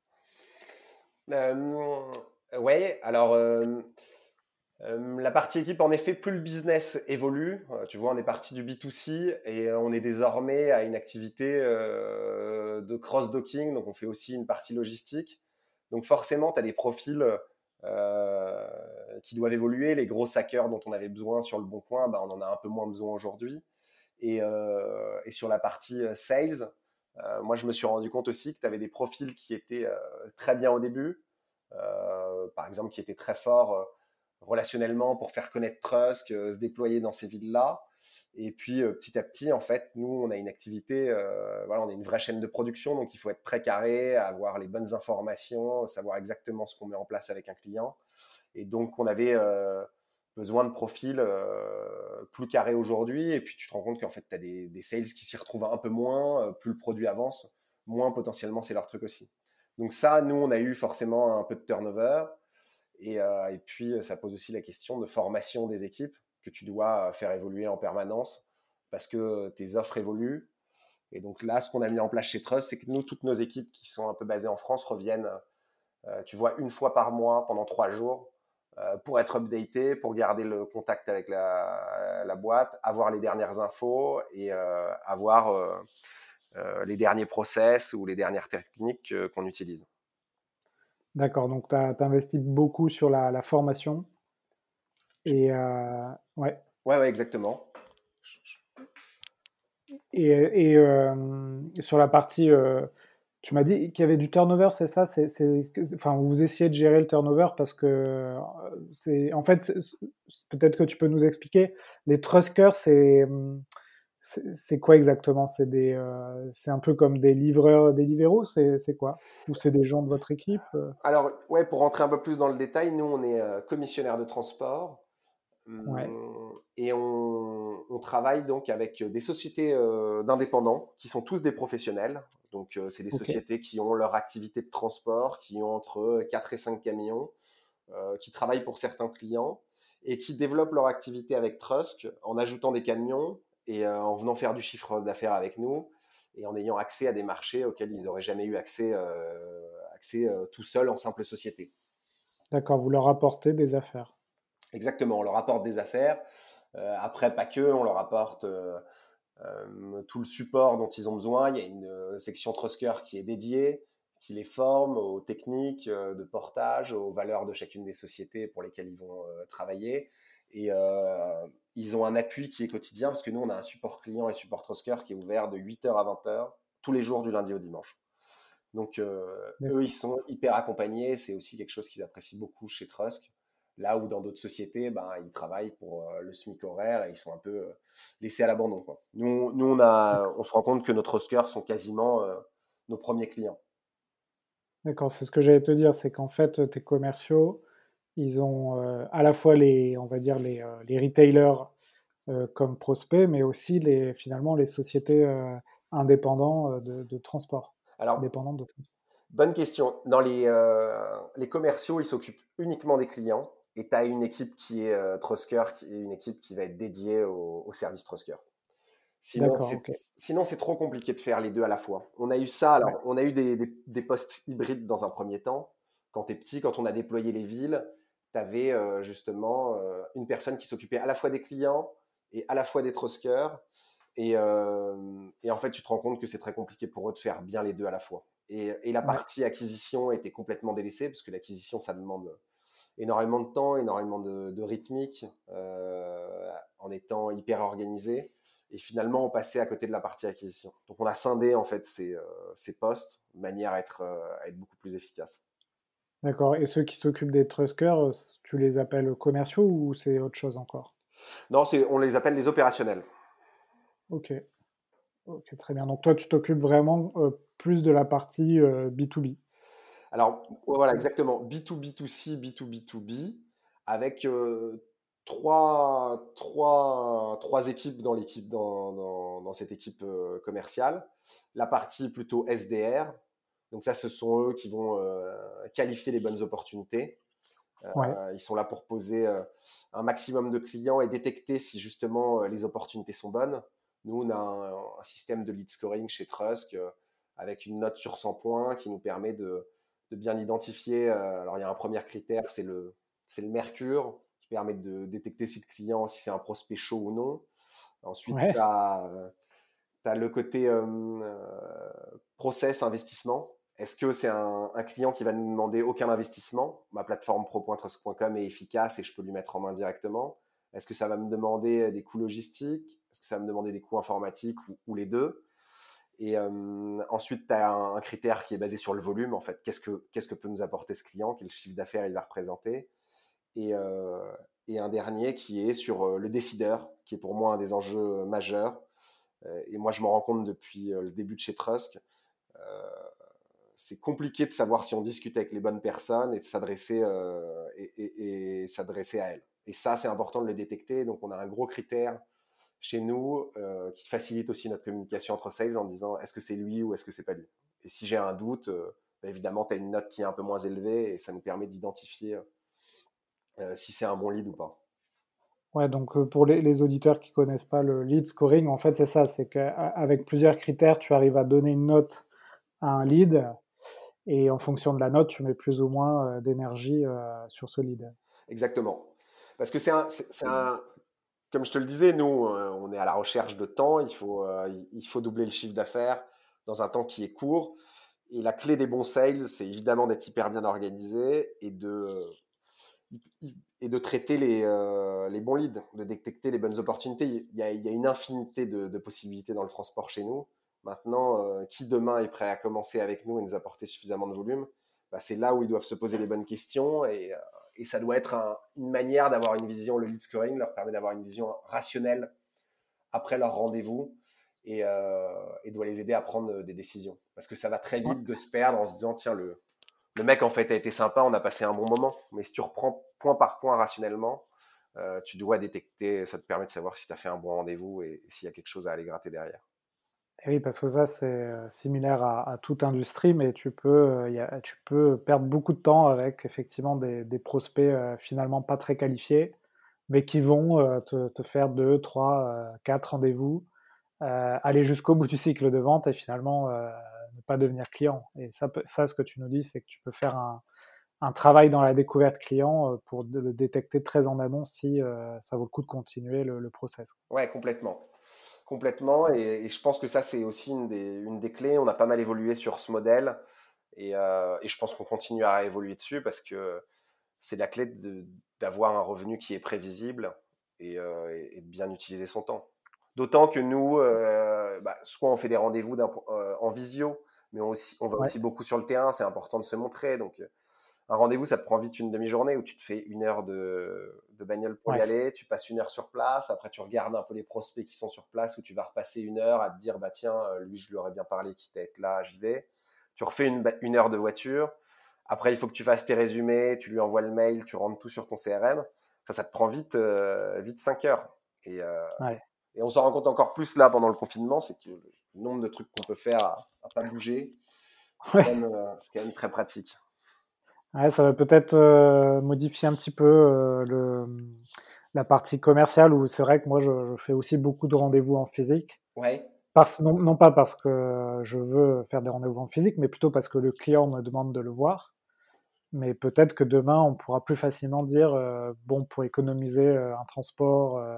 Euh, ouais, alors euh, euh, la partie équipe, en effet, plus le business évolue, euh, tu vois, on est parti du B deux C et euh, on est désormais à une activité euh, de cross-docking, donc on fait aussi une partie logistique. Donc forcément, tu as des profils euh, qui doivent évoluer. Les gros hackers dont on avait besoin sur le Bon Coin, bah, on en a un peu moins besoin aujourd'hui. Et, euh, et sur la partie euh, sales, euh, moi je me suis rendu compte aussi que tu avais des profils qui étaient euh, très bien au début, euh, par exemple qui étaient très forts euh, relationnellement pour faire connaître Trusk, euh, se déployer dans ces villes-là. Et puis euh, petit à petit, en fait, nous, on a une activité, euh, voilà, on est une vraie chaîne de production, donc il faut être très carré, avoir les bonnes informations, savoir exactement ce qu'on met en place avec un client. Et donc, on avait euh, besoin de profils euh, plus carrés aujourd'hui. Et puis, tu te rends compte qu'en fait, tu as des, des sales qui s'y retrouvent un peu moins. Euh, plus le produit avance, moins potentiellement c'est leur truc aussi. Donc ça, nous, on a eu forcément un peu de turnover. Et, euh, et puis, ça pose aussi la question de formation des équipes que tu dois faire évoluer en permanence parce que tes offres évoluent. Et donc là, ce qu'on a mis en place chez Trust, c'est que nous, toutes nos équipes qui sont un peu basées en France reviennent, euh, tu vois, une fois par mois pendant trois jours euh, pour être updaté, pour garder le contact avec la, la boîte, avoir les dernières infos et euh, avoir euh, euh, les derniers process ou les dernières techniques euh, qu'on utilise. D'accord, donc tu as investi beaucoup sur la, la formation. Et euh, ouais. Ouais, ouais, exactement. Et, et euh, sur la partie, euh, tu m'as dit qu'il y avait du turnover, c'est ça? C'est, c'est, enfin, vous essayez de gérer le turnover parce que euh, c'est, en fait, c'est- c'est- peut-être que tu peux nous expliquer. Les truskers, c'est, c'est, c'est quoi exactement? C'est des, euh, c'est un peu comme des livreurs, des libéraux, c'est, c'est quoi? Ou c'est des gens de votre équipe? euh Alors, ouais, pour rentrer un peu plus dans le détail, nous, on est euh, commissionnaire de transport. Ouais, Hum, Et on, on travaille donc avec des sociétés euh, d'indépendants qui sont tous des professionnels. Donc, euh, c'est des ok, sociétés qui ont leur activité de transport, qui ont entre quatre et cinq camions. euh, qui travaillent pour certains clients et qui développent leur activité avec Trust en ajoutant des camions et euh, en venant faire du chiffre d'affaires avec nous et en ayant accès à des marchés auxquels ils n'auraient jamais eu accès, euh, accès euh, tout seuls en simple société. D'accord, vous leur apportez des affaires. Exactement, on leur apporte des affaires. Euh, après, pas que, on leur apporte euh, euh, tout le support dont ils ont besoin. Il y a une euh, section Trusker qui est dédiée, qui les forme aux techniques euh, de portage, aux valeurs de chacune des sociétés pour lesquelles ils vont euh, travailler. Et euh, ils ont un appui qui est quotidien, parce que nous, on a un support client et support Trusker qui est ouvert de huit heures à vingt heures, tous les jours du lundi au dimanche. Donc, euh, eux, ils sont hyper accompagnés. C'est aussi quelque chose qu'ils apprécient beaucoup chez Trusk. Là où dans d'autres sociétés, ben, ils travaillent pour euh, le SMIC horaire et ils sont un peu euh, laissés à l'abandon, quoi. Nous, nous on, a, on se rend compte que nos Truskers sont quasiment euh, nos premiers clients. D'accord, c'est ce que j'allais te dire, c'est qu'en fait, tes commerciaux, ils ont euh, à la fois les, on va dire les, euh, les retailers euh, comme prospects, mais aussi les, finalement les sociétés euh, indépendants euh, de, de transport. Alors, Dépendantes de transport. bonne question. Dans les, euh, les commerciaux, ils s'occupent uniquement des clients et tu as une équipe qui est euh, Trusker, qui est une équipe qui va être dédiée au, au service Trusker. Sinon, D'accord, c'est, ok. sinon, c'est trop compliqué de faire les deux à la fois. On a eu ça, Ouais, alors, on a eu des, des, des postes hybrides dans un premier temps. Quand tu es petit, quand on a déployé les villes, tu avais euh, justement euh, une personne qui s'occupait à la fois des clients et à la fois des truskers. Et, euh, et en fait, tu te rends compte que c'est très compliqué pour eux de faire bien les deux à la fois. Et, et la ouais. partie acquisition était complètement délaissée, parce que l'acquisition, ça demande énormément de temps, énormément de, de rythmique, euh, en étant hyper organisé. Et finalement, on passait à côté de la partie acquisition. Donc, on a scindé en fait ces, euh, ces postes de manière à être, euh, à être beaucoup plus efficace. D'accord. Et ceux qui s'occupent des truskers, euh, tu les appelles commerciaux ou c'est autre chose encore? Non, c'est, on les appelle les opérationnels. Ok, ok, très bien. Donc toi, tu t'occupes vraiment euh, plus de la partie euh, B to B. Alors, voilà, exactement. B deux B deux C, B deux B deux B, avec euh, trois, trois, trois équipes dans l'équipe, dans, dans, dans cette équipe euh, commerciale. La partie plutôt S D R. Donc ça, ce sont eux qui vont euh, qualifier les bonnes opportunités. Ouais, Euh, ils sont là pour poser euh, un maximum de clients et détecter si justement euh, les opportunités sont bonnes. Nous, on a un, un système de lead scoring chez Trusk euh, avec une note sur cent points qui nous permet de, de bien identifier. Euh, alors, il y a un premier critère, c'est le, c'est le mercure qui permet de détecter si le client, si c'est un prospect chaud ou non. Ensuite, tu ouais, as, as le côté euh, euh, process investissement. Est-ce que c'est un, un, client qui va nous demander aucun investissement? Ma plateforme pro point trusk point com est efficace et je peux lui mettre en main directement. Est-ce que ça va me demander des coûts logistiques? Est-ce que ça va me demander des coûts informatiques ou, ou les deux? Et euh, ensuite, tu as un, un critère qui est basé sur le volume. En fait, qu'est-ce que, qu'est-ce que peut nous apporter ce client? Quel chiffre d'affaires il va représenter? Et, euh, et un dernier qui est sur euh, le décideur, qui est pour moi un des enjeux majeurs. Euh, et moi, je m'en rends compte depuis euh, le début de chez Trusk. Euh, c'est compliqué de savoir si on discute avec les bonnes personnes et de s'adresser euh, et, et, et s'adresser à elles. Et ça, c'est important de le détecter. Donc, on a un gros critère chez nous euh, qui facilite aussi notre communication entre sales en disant est-ce que c'est lui ou est-ce que c'est pas lui. Et si j'ai un doute, euh, bah, évidemment, tu as une note qui est un peu moins élevée et ça nous permet d'identifier euh, si c'est un bon lead ou pas. ouais. Donc euh, pour les, les auditeurs qui connaissent pas le lead scoring, en fait, c'est ça, c'est qu'avec plusieurs critères, tu arrives à donner une note à un lead et en fonction de la note, tu mets plus ou moins euh, d'énergie euh, sur ce lead. Exactement. Parce que c'est un, c'est, c'est un, comme je te le disais, nous, euh, on est à la recherche de temps. Il faut, euh, il faut doubler le chiffre d'affaires dans un temps qui est court. Et la clé des bons sales, c'est évidemment d'être hyper bien organisé et de, et de traiter les, euh, les bons leads, de détecter les bonnes opportunités. Il y a, il y a une infinité de, de possibilités dans le transport chez nous. Maintenant, euh, qui demain est prêt à commencer avec nous et nous apporter suffisamment de volume, bah, c'est là où ils doivent se poser les bonnes questions et, euh, et ça doit être un, une manière d'avoir une vision. Le lead scoring leur permet d'avoir une vision rationnelle après leur rendez-vous et, euh, et doit les aider à prendre des décisions. Parce que ça va très Ouais. vite de se perdre en se disant, tiens, le, le mec en fait a été sympa, on a passé un bon moment. Mais si tu reprends point par point rationnellement, euh, tu dois détecter, ça te permet de savoir si tu as fait un bon rendez-vous et, et s'il y a quelque chose à aller gratter derrière. Et oui, parce que ça, c'est euh, similaire à, à toute industrie, mais tu peux, euh, y a- tu peux perdre beaucoup de temps avec effectivement des, des prospects euh, finalement pas très qualifiés, mais qui vont euh, te, te faire deux, trois, euh, quatre rendez-vous, euh, aller jusqu'au bout du cycle de vente et finalement euh, ne pas devenir client. Et ça, peut- ça, ce que tu nous dis, c'est que tu peux faire un, un travail dans la découverte client euh, pour de- le détecter très en amont si euh, ça vaut le coup de continuer le, le process. Ouais, complètement. Complètement. Et, et je pense que ça, c'est aussi une des, une des clés. On a pas mal évolué sur ce modèle. Et, euh, et je pense qu'on continuera à évoluer dessus parce que c'est la clé de- d'avoir un revenu qui est prévisible et, euh, et- et de bien utiliser son temps. D'autant que nous, euh, bah, soit on fait des rendez-vous d'un- euh, en visio, mais on, aussi, on va Ouais, aussi beaucoup sur le terrain, c'est important de se montrer. Donc, euh, un rendez-vous, ça te prend vite une demi-journée où tu te fais une heure de, de bagnole pour y ouais, aller, tu passes une heure sur place, après tu regardes un peu les prospects qui sont sur place, où tu vas repasser une heure à te dire, bah tiens, euh, lui, je lui aurais bien parlé, quitte à être là, j'y vais. Tu refais une, ba- une heure de voiture, après il faut que tu fasses tes résumés, tu lui envoies le mail, tu rentres tout sur ton C R M. Enfin, ça te prend vite, euh, vite cinq heures. Et, euh, ouais. et on s'en rend compte encore plus là pendant le confinement, c'est que le nombre de trucs qu'on peut faire à, à pas bouger, c'est Ouais. quand même, euh, c'est quand même très pratique. Ouais, ça va peut-être euh, modifier un petit peu euh, le, la partie commerciale où c'est vrai que moi je, je fais aussi beaucoup de rendez-vous en physique. Ouais. Parce, non, non pas parce que je veux faire des rendez-vous en physique, mais plutôt parce que le client me demande de le voir. Mais peut-être que demain, on pourra plus facilement dire, euh, bon, pour économiser euh, un transport euh,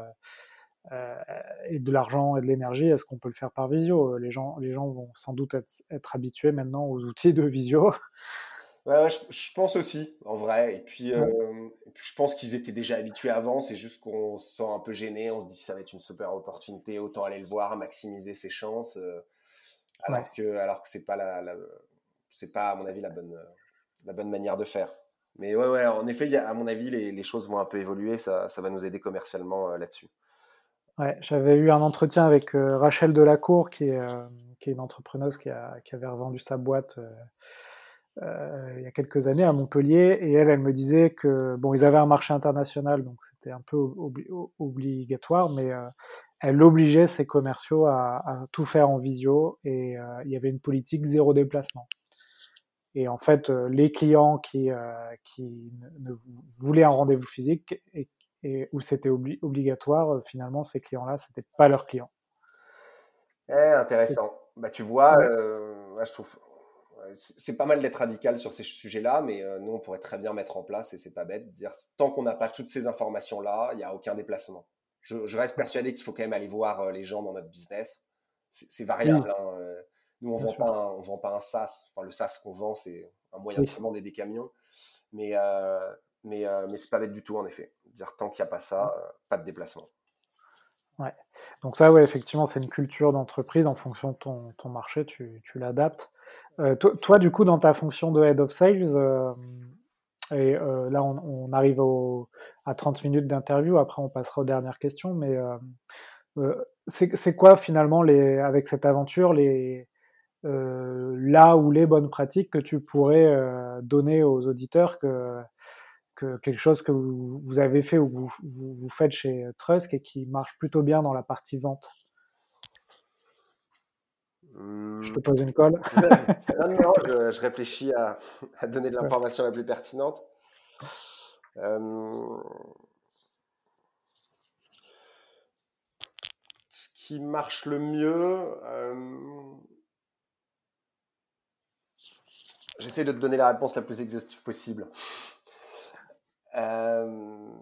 euh, et de l'argent et de l'énergie, est-ce qu'on peut le faire par visio? Les gens, les gens vont sans doute être, être habitués maintenant aux outils de visio. Ouais, ouais, je, je pense aussi, en vrai. Et puis, Ouais, euh, et puis je pense qu'ils étaient déjà habitués avant. C'est juste qu'on se sent un peu gêné. On se dit ça va être une super opportunité, autant aller le voir, maximiser ses chances. euh, ouais, alors que, alors que c'est pas la, la- c'est pas à mon avis la bonne, la bonne manière de faire. Mais ouais, ouais, en effet, il y a- à mon avis, les, les choses vont un peu évoluer. Ça, ça va nous aider commercialement euh, là-dessus. ouais. J'avais eu un entretien avec euh, Rachel Delacour, qui est, euh, qui est une entrepreneuse qui, a, qui avait revendu sa boîte euh, euh, il y a quelques années à Montpellier, et elle, elle me disait que bon, ils avaient un marché international, donc c'était un peu obli- obligatoire, mais euh, elle obligeait ses commerciaux à, à tout faire en visio, et euh, il y avait une politique zéro déplacement. Et en fait, euh, les clients qui, euh, qui ne, ne voulaient un rendez-vous physique et, et où c'était obli obligatoire, euh, finalement, ces clients-là, c'était pas leurs clients. Eh, C'est- intéressant. Bah, tu vois, Ouais, euh, ouais, je trouve, ouais, c'est c'est pas mal d'être radical sur ces sujets-là, mais euh, nous, on pourrait très bien mettre en place, et c'est pas bête, de dire tant qu'on n'a pas toutes ces informations-là, il n'y a aucun déplacement. Je, je reste ouais. persuadé qu'il faut quand même aller voir euh, les gens dans notre business. C'est c'est variable, Oui, hein, euh, Nous, on bien vend sûr. pas un, on vend pas un SaaS. Enfin, le SaaS qu'on vend, c'est un moyen de Oui. commander des camions. Mais, euh, mais, euh, mais c'est pas bête du tout, en effet. Dire tant qu'il n'y a pas ça, euh, pas de déplacement. Ouais. Donc ça, ouais, effectivement, c'est une culture d'entreprise. En fonction de ton, ton marché, tu, tu l'adaptes. Euh, toi, toi, du coup, dans ta fonction de Head of Sales, euh, et euh, là, on, on arrive au, à trente minutes d'interview. Après, on passera aux dernières questions. Mais euh, euh, c'est c'est quoi, finalement, les, avec cette aventure, les, euh, là où les bonnes pratiques que tu pourrais euh, donner aux auditeurs que que quelque chose que vous, vous avez fait ou que vous, vous, vous faites chez Trusk et qui marche plutôt bien dans la partie vente. Je Hum, te pose une colle. Non, non, je, je réfléchis à, à donner de Ouais. l'information la plus pertinente. Euh, ce qui marche le mieux, euh, j'essaie de te donner la réponse la plus exhaustive possible. Euh,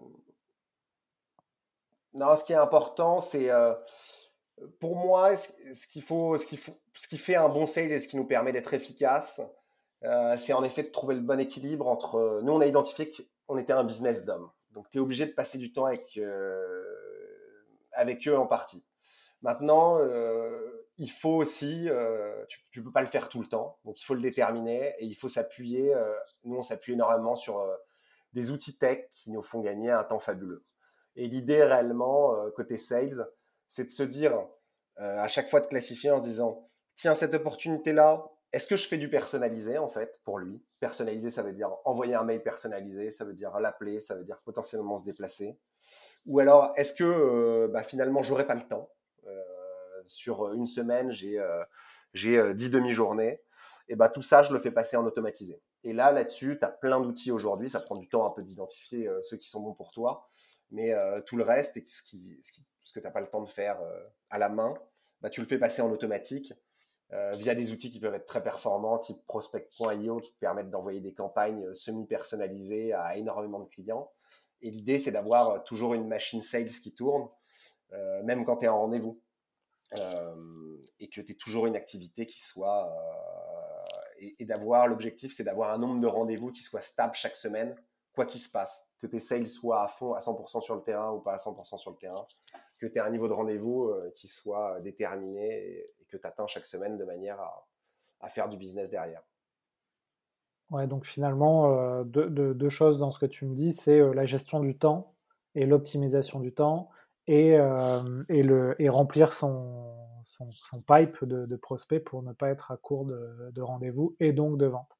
non, ce qui est important, c'est euh, pour moi, ce, ce qu'il faut, ce, qu'il faut, ce qui fait un bon sale et ce qui nous permet d'être efficace, euh, c'est en effet de trouver le bon équilibre entre. Nous, on a identifié qu'on était un business d'hommes. Donc, tu es obligé de passer du temps avec, euh, avec eux en partie. Maintenant, euh, il faut aussi, euh, tu ne peux pas le faire tout le temps, donc il faut le déterminer et il faut s'appuyer. Euh, nous, on s'appuie énormément sur euh, des outils tech qui nous font gagner un temps fabuleux. Et l'idée réellement, euh, côté sales, c'est de se dire, euh, à chaque fois de classifier en se disant, tiens, cette opportunité-là, est-ce que je fais du personnalisé en fait pour lui? Personnalisé, ça veut dire envoyer un mail personnalisé, ça veut dire l'appeler, ça veut dire potentiellement se déplacer. Ou alors, est-ce que euh, bah, finalement, j'aurais pas le temps? Euh, sur une semaine, j'ai, euh, j'ai euh, dix demi-journées. Et bah, tout ça, je le fais passer en automatisé. Et là, là-dessus, tu as plein d'outils aujourd'hui. Ça prend du temps un peu d'identifier euh, ceux qui sont bons pour toi. Mais euh, tout le reste, et ce, qui, ce, qui, ce que tu n'as pas le temps de faire euh, à la main, bah, tu le fais passer en automatique euh, via des outils qui peuvent être très performants, type prospect point i o, qui te permettent d'envoyer des campagnes semi-personnalisées à énormément de clients. Et l'idée, c'est d'avoir toujours une machine sales qui tourne, euh, même quand tu es en rendez-vous. Euh, et que tu aies toujours une activité qui soit... Euh, et, et d'avoir, l'objectif, c'est d'avoir un nombre de rendez-vous qui soit stable chaque semaine, quoi qu'il se passe. Que tes sales soient à fond, à cent pour cent sur le terrain ou pas à cent pour cent sur le terrain. Que tu aies un niveau de rendez-vous euh, qui soit déterminé et, et que tu atteins chaque semaine de manière à, à faire du business derrière. Ouais, donc finalement, euh, deux, deux, deux choses dans ce que tu me dis, c'est euh, la gestion du temps et l'optimisation du temps et, euh, et, le, et remplir son, son, son pipe de, de prospects pour ne pas être à court de, de rendez-vous et donc de vente.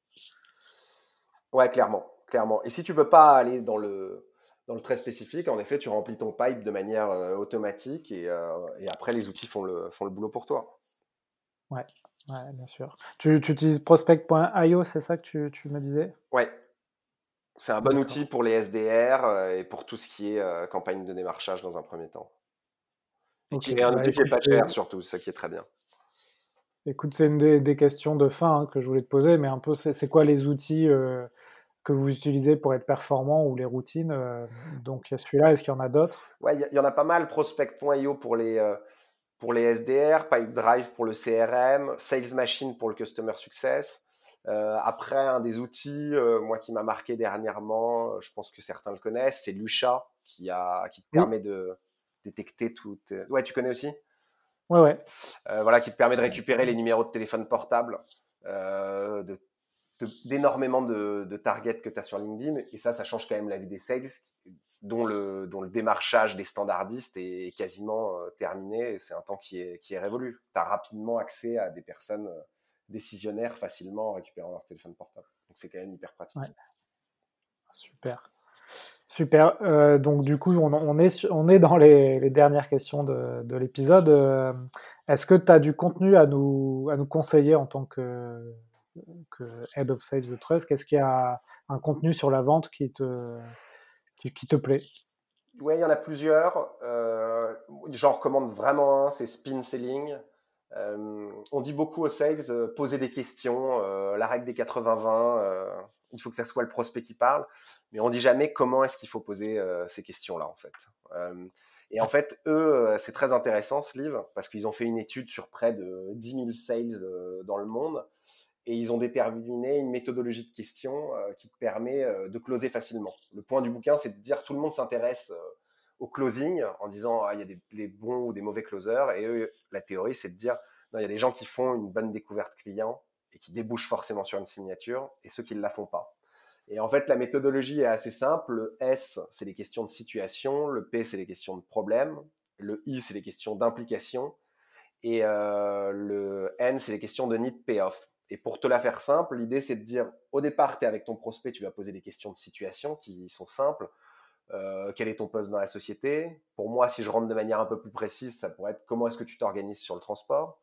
Ouais, clairement, clairement. Et si tu peux pas aller dans le, dans le très spécifique, en effet, tu remplis ton pipe de manière euh, automatique et, euh, et après, les outils font le, font le boulot pour toi. Ouais, ouais, bien sûr. Tu, tu utilises prospect point i o, c'est ça que tu, tu me disais? Ouais, c'est un bon outil D'accord. pour les S D R euh, et pour tout ce qui est euh, campagne de démarchage dans un premier temps. Et Ok, qui est un bah outil qui est écoute, pas cher c'est- surtout, ça qui est très bien. écoute, c'est une des, des questions de fin hein, que je voulais te poser, mais un peu, c'est c'est quoi les outils euh, que vous utilisez pour être performant ou les routines? euh, donc, il y a celui-là, est-ce qu'il y en a d'autres? Ouais, il y, y, en a pas mal, prospect point i o pour les, euh, pour les S D R, Pipedrive pour le C R M, Sales Machine pour le Customer Success. Euh, après, un des outils, euh, moi qui m'a marqué dernièrement, euh, je pense que certains le connaissent, c'est Lusha qui, a, qui te Oui, permet de détecter toutes. Ouais, tu connais aussi ouais, ouais. euh, Voilà, qui te permet de récupérer les numéros de téléphone portable euh, de de, d'énormément de, de targets que tu as sur LinkedIn. Et ça, ça change quand même la vie des sales, dont le, dont le démarchage des standardistes est quasiment euh, terminé. Et c'est un temps qui est, qui est révolu. Tu as rapidement accès à des personnes euh, décisionnaires facilement en récupérant leur téléphone portable. Donc c'est quand même hyper Ouais, pratique. super. Super. Euh, donc, du coup, on, on est, sur- on est dans les, les dernières questions de, de l'épisode. Euh, est-ce que tu as du contenu à nous, à nous conseiller en tant que, que Head of Sales de Trust? Est-ce qu'il y a un contenu sur la vente qui te, qui, qui te plaît? Ouais, il y en a plusieurs. Euh, J'en recommande vraiment un, c'est Spin Selling. Euh, on dit beaucoup aux sales, euh, poser des questions, euh, la règle des quatre-vingts vingt, euh, il faut que ça soit le prospect qui parle, mais on dit jamais comment est-ce qu'il faut poser euh, ces questions-là en fait. Euh, et en fait, eux, euh, c'est très intéressant ce livre, parce qu'ils ont fait une étude sur près de dix mille sales euh, dans le monde, et ils ont déterminé une méthodologie de questions euh, qui te permet euh, de closer facilement. Le point du bouquin, c'est de dire que tout le monde s'intéresse euh, au closing en disant ah, il y a des les bons ou des mauvais closers, et eux, la théorie, c'est de dire non, il y a des gens qui font une bonne découverte client et qui débouchent forcément sur une signature, et ceux qui ne la font pas. Et en fait, la méthodologie est assez simple. Le S, c'est les questions de situation, le P, c'est les questions de problème, le I, c'est les questions d'implication, et euh, le N, c'est les questions de need payoff. Et pour te la faire simple, l'idée, c'est de dire, au départ, tu es avec ton prospect, tu vas poser des questions de situation qui sont simples. Euh, quel est ton poste dans la société? Pour moi, si je rentre de manière un peu plus précise, ça pourrait être comment est-ce que tu t'organises sur le transport?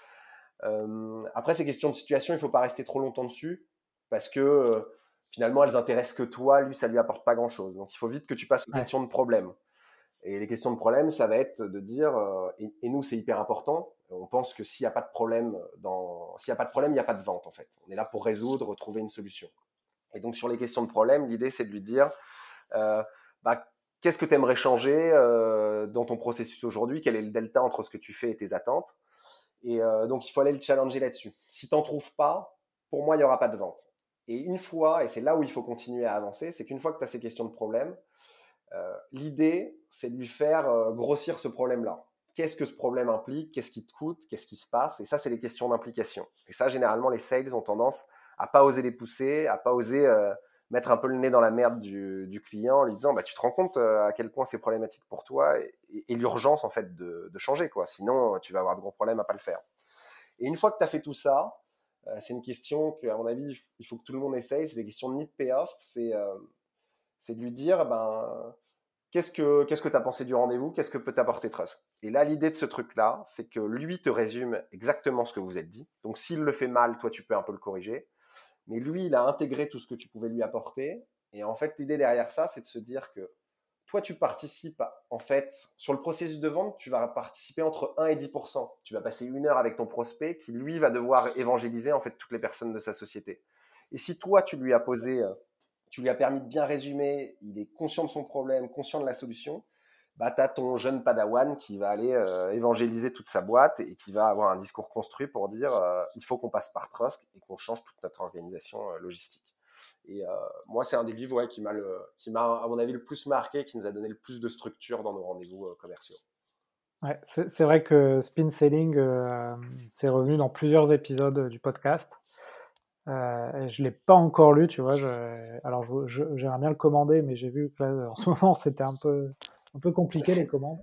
Euh, après, ces questions de situation, il ne faut pas rester trop longtemps dessus parce que euh, finalement, elles intéressent que toi. Lui, ça lui apporte pas grand-chose. Donc, il faut vite que tu passes aux Ouais. questions de problème. Et les questions de problème, ça va être de dire, euh, et, et nous, c'est hyper important. On pense que s'il n'y a pas de problème, dans, s'il n'y a pas de problème, il n'y a pas de vente en fait. On est là pour résoudre, trouver une solution. Et donc sur les questions de problème, l'idée c'est de lui dire, euh, bah, qu'est-ce que tu aimerais changer euh, dans ton processus aujourd'hui? Quel est le delta entre ce que tu fais et tes attentes? Et euh, donc il faut aller le challenger là-dessus. Si tu n'en trouves pas, pour moi, il n'y aura pas de vente. Et une fois, et c'est là où il faut continuer à avancer, c'est qu'une fois que tu as ces questions de problème, euh, l'idée, c'est de lui faire euh, grossir ce problème-là. Qu'est-ce que ce problème implique? Qu'est-ce qui te coûte? Qu'est-ce qui se passe? Et ça, c'est les questions d'implication. Et ça, généralement, les sales ont tendance à pas oser les pousser, à pas oser euh, mettre un peu le nez dans la merde du, du client en lui disant bah, tu te rends compte euh, à quel point c'est problématique pour toi et, et, et l'urgence en fait de, de changer, quoi. Sinon, tu vas avoir de gros problèmes à pas le faire. Et une fois que tu as fait tout ça, euh, c'est une question que, à mon avis, il faut que tout le monde essaye. C'est des questions de need payoff. C'est, euh, c'est de lui dire ben, qu'est-ce que qu'est-ce que tu as pensé du rendez-vous? Qu'est-ce que peut t'apporter Trust? Et là, l'idée de ce truc-là, c'est que lui te résume exactement ce que vous êtes dit. Donc, s'il le fait mal, toi, tu peux un peu le corriger. Mais lui, il a intégré tout ce que tu pouvais lui apporter. Et en fait, l'idée derrière ça, c'est de se dire que toi, tu participes, en fait, sur le processus de vente, tu vas participer entre un et dix pour cent. Tu vas passer une heure avec ton prospect qui, lui, va devoir évangéliser, en fait, toutes les personnes de sa société. Et si toi, tu lui as posé, tu lui as permis de bien résumer, il est conscient de son problème, conscient de la solution, bah, tu as ton jeune padawan qui va aller euh, évangéliser toute sa boîte et qui va avoir un discours construit pour dire euh, il faut qu'on passe par Trust et qu'on change toute notre organisation euh, logistique. Et euh, moi, c'est un des livres ouais, qui m'a, le, qui m'a, à mon avis, le plus marqué, qui nous a donné le plus de structure dans nos rendez-vous euh, commerciaux. Ouais, c'est, c'est vrai que Spin Selling, euh, c'est revenu dans plusieurs épisodes du podcast. Euh, et je ne l'ai pas encore lu, tu vois. Je, alors, je, je, j'aimerais bien le commander, mais j'ai vu que là, en ce moment, c'était un peu, un peu compliqué les commandes.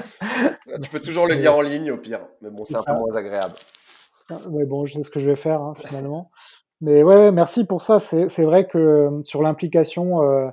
Tu peux toujours le lire en ligne au pire, mais bon, c'est, c'est un ça. peu moins agréable. Mais bon, je sais ce que je vais faire hein, finalement. Mais ouais, ouais, merci pour ça. C'est, c'est vrai que sur l'implication, euh,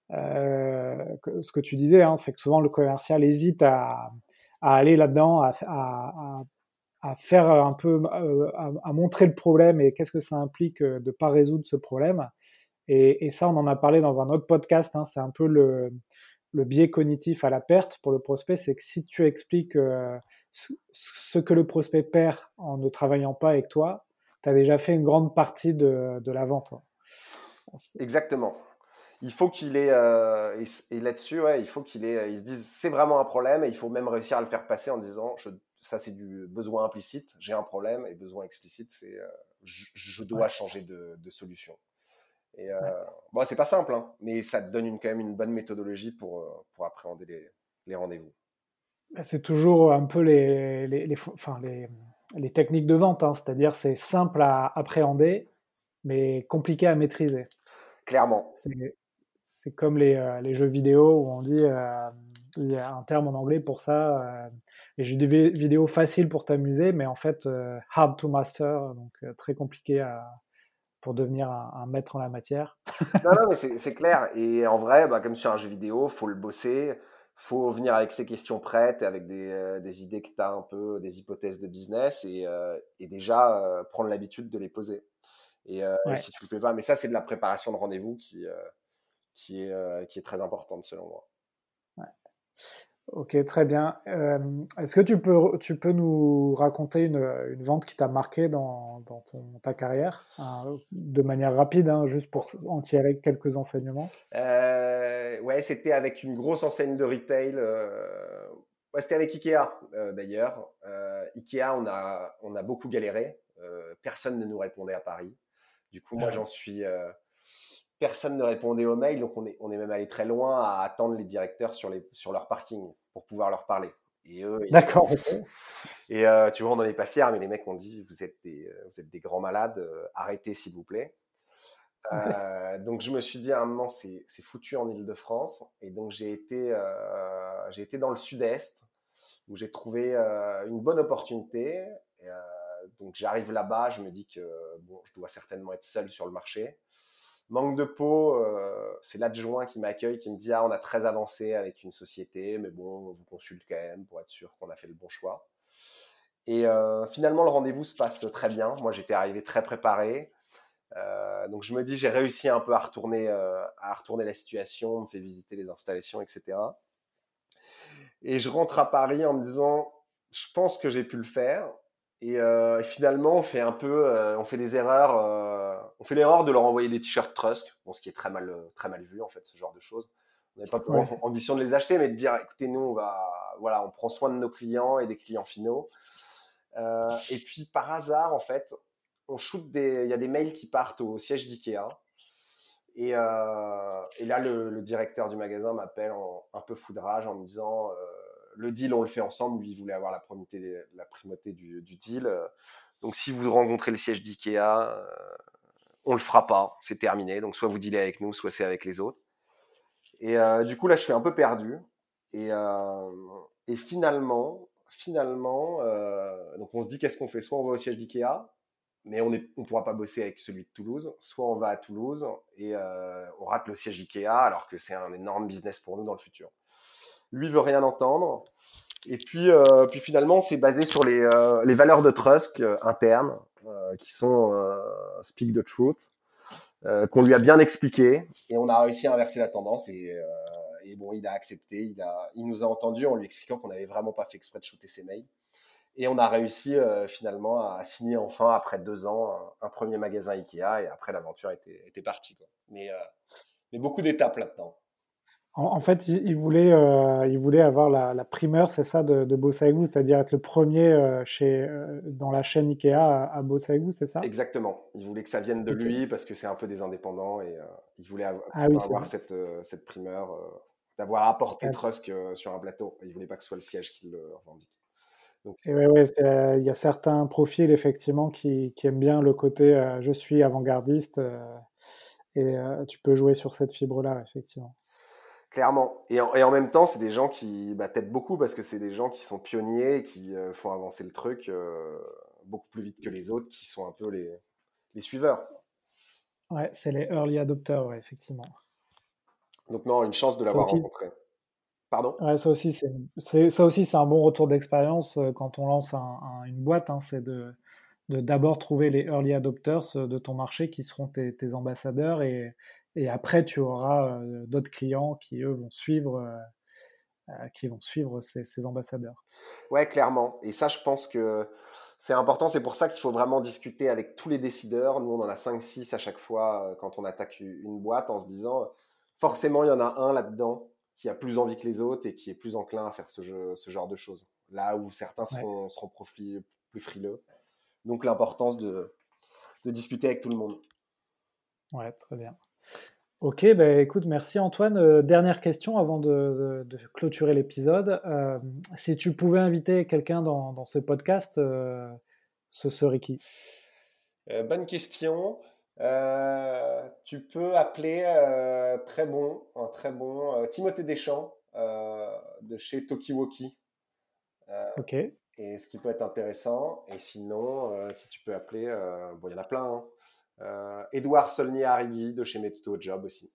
euh, que, ce que tu disais, hein, c'est que souvent le commercial hésite à, à aller là-dedans, à, à, à faire un peu, euh, à, à montrer le problème et qu'est-ce que ça implique de ne pas résoudre ce problème. Et, et ça, on en a parlé dans un autre podcast. Hein, c'est un peu le, le biais cognitif à la perte pour le prospect. C'est que si tu expliques euh, ce, ce que le prospect perd en ne travaillant pas avec toi, tu as déjà fait une grande partie de, de la vente. Exactement. Il faut qu'il ait, euh, et, et là-dessus, ouais, il faut qu'il ait, il se dise, c'est vraiment un problème, et il faut même réussir à le faire passer en disant, je, ça c'est du besoin implicite, j'ai un problème, et besoin explicite, c'est, euh, je, je dois Ouais. changer de, de solution. Et euh, Ouais. bon, c'est pas simple, hein, mais ça te donne une, quand même une bonne méthodologie pour, pour appréhender les, les rendez-vous. C'est toujours un peu les, les, les, enfin les, les techniques de vente, hein, c'est-à-dire c'est simple à appréhender, mais compliqué à maîtriser. Clairement. C'est, c'est comme les, euh, les jeux vidéo où on dit, euh, il y a un terme en anglais pour ça, euh, les jeux vidéo faciles pour t'amuser, mais en fait euh, hard to master, donc euh, très compliqué à, pour devenir un, un maître en la matière. Non, non, mais c'est, c'est clair. Et en vrai, bah, comme sur un jeu vidéo, faut le bosser, faut venir avec ses questions prêtes, avec des, euh, des idées que tu as un peu, des hypothèses de business, et, euh, et déjà euh, prendre l'habitude de les poser. Et, euh, et Ouais. si tu le fais pas, mais ça, c'est de la préparation de rendez-vous qui, euh, qui, est, euh, qui est très importante selon moi. Ouais. Ok, très bien. Euh, est-ce que tu peux, tu peux nous raconter une, une vente qui t'a marqué dans, dans ton, ta carrière, hein, de manière rapide, hein, juste pour en tirer quelques enseignements? Euh, ouais, c'était avec une grosse enseigne de retail. Euh, ouais, c'était avec Ikea euh, d'ailleurs. Euh, Ikea, on a, on a beaucoup galéré. Euh, personne ne nous répondait à Paris. Du coup, moi, Ah ouais. j'en suis. Euh, personne ne répondait aux mails, donc on est, on est même allé très loin à attendre les directeurs sur, les, sur leur parking pour pouvoir leur parler. Et eux, ils- D'accord, ok. et euh, tu vois, on n'en est pas fiers, mais les mecs ont dit vous êtes des, vous êtes des grands malades, euh, arrêtez s'il vous plaît. Ouais. Euh, donc je me suis dit à un moment c'est, c'est foutu en Île-de-France, et donc j'ai été, euh, j'ai été dans le sud-est où j'ai trouvé euh, une bonne opportunité. Et, euh, donc j'arrive là-bas, je me dis que bon, je dois certainement être seul sur le marché. Manque de peau, euh, c'est l'adjoint qui m'accueille, qui me dit ah on a très avancé avec une société, mais bon on vous consulte quand même pour être sûr qu'on a fait le bon choix. Et euh, finalement le rendez-vous se passe très bien. Moi j'étais arrivé très préparé. Euh, donc je me dis j'ai réussi un peu à retourner, euh, à retourner la situation, on me fait visiter les installations, et cetera. Et je rentre à Paris en me disant je pense que j'ai pu le faire. Et, euh, et finalement on fait un peu, euh, on fait des erreurs, euh, on fait l'erreur de leur envoyer des t-shirts Trust, bon, ce qui est très mal, très mal vu en fait, ce genre de choses. On n'avait pas pour Ouais. ambition de les acheter, mais de dire écoutez nous on va, voilà, on prend soin de nos clients et des clients finaux. Euh, et puis par hasard en fait, on shoot des, il y a des mails qui partent au siège d'Ikea. Et, euh, et là, le, le directeur du magasin m'appelle en un peu foudrage en me disant euh, le deal, on le fait ensemble. Lui, il voulait avoir la primauté, la primauté du, du deal. Donc, si vous rencontrez le siège d'Ikea, euh, on le fera pas. C'est terminé. Donc, soit vous dealez avec nous, soit c'est avec les autres. Et euh, du coup, là, je suis un peu perdu. Et, euh, et finalement, finalement, euh, donc on se dit qu'est-ce qu'on fait? Soit on va au siège d'Ikea, mais on ne on pourra pas bosser avec celui de Toulouse. Soit on va à Toulouse et euh, on rate le siège Ikea alors que c'est un énorme business pour nous dans le futur. Lui veut rien entendre. Et puis, euh, puis finalement, c'est basé sur les, euh, les valeurs de Trust euh, internes, euh, qui sont euh, Speak the Truth, euh, qu'on lui a bien expliqué. Et on a réussi à inverser la tendance. Et, euh, et bon, il a accepté. Il, a, il nous a entendu en lui expliquant qu'on n'avait vraiment pas fait exprès de shooter ses mails. Et on a réussi euh, finalement à signer enfin, après deux ans, un, un premier magasin Ikea. Et après, l'aventure était, était partie, quoi. Mais, euh, mais beaucoup d'étapes là-dedans. En, en fait, il, il, voulait, euh, il voulait avoir la, la primeur, c'est ça, de, de bosser avec vous, c'est-à-dire être le premier euh, chez, euh, dans la chaîne Ikea à, à bosser avec vous, c'est ça? Exactement. Il voulait que ça vienne de Ok. lui parce que c'est un peu des indépendants et euh, il voulait avoir, Ah oui, avoir cette, euh, cette primeur, euh, d'avoir apporté ouais. Trust euh, sur un plateau. Il voulait pas que ce soit le siège qui le revendique. Donc, Et ouais, ouais, il euh, y a certains profils effectivement qui, qui aiment bien le côté euh, je suis avant-gardiste euh, et euh, tu peux jouer sur cette fibre-là, effectivement. Clairement. Et en, et en même temps, c'est des gens qui bah, t'aident beaucoup parce que c'est des gens qui sont pionniers et qui euh, font avancer le truc euh, beaucoup plus vite que les autres qui sont un peu les, les suiveurs. Ouais, c'est les early adopters, ouais, effectivement. Donc non, une chance de l'avoir aussi, rencontré. Pardon ? Ouais, ça aussi, c'est, c'est, ça aussi, c'est un bon retour d'expérience euh, quand on lance un, un, une boîte, hein, c'est de, de d'abord trouver les early adopters euh, de ton marché qui seront tes, tes ambassadeurs et, et après tu auras euh, d'autres clients qui eux vont suivre, euh, euh, qui vont suivre ces, ces ambassadeurs. Ouais, clairement. Et ça, je pense que c'est important. C'est pour ça qu'il faut vraiment discuter avec tous les décideurs. Nous, on en a cinq six à chaque fois euh, quand on attaque une boîte en se disant, forcément, il y en a un là-dedans qui a plus envie que les autres et qui est plus enclin à faire ce, jeu, ce genre de choses. Là où certains seront, ouais. seront profli, plus frileux. Donc, l'importance de, de discuter avec tout le monde. Ouais, très bien. Ok, bah, écoute, merci Antoine. Euh, dernière question avant de, de, de clôturer l'épisode. Euh, si tu pouvais inviter quelqu'un dans, dans ce podcast, euh, ce serait qui ? euh, Bonne question. Euh, tu peux appeler euh, très bon, un très bon euh, Timothée Deschamps euh, de chez Tokiwoki. Euh, ok. Et ce qui peut être intéressant. Et sinon, euh, qui tu peux appeler euh, bon, il y en a plein. Hein. Euh, Edouard Solnier-Arrigui de chez Metuto Job aussi.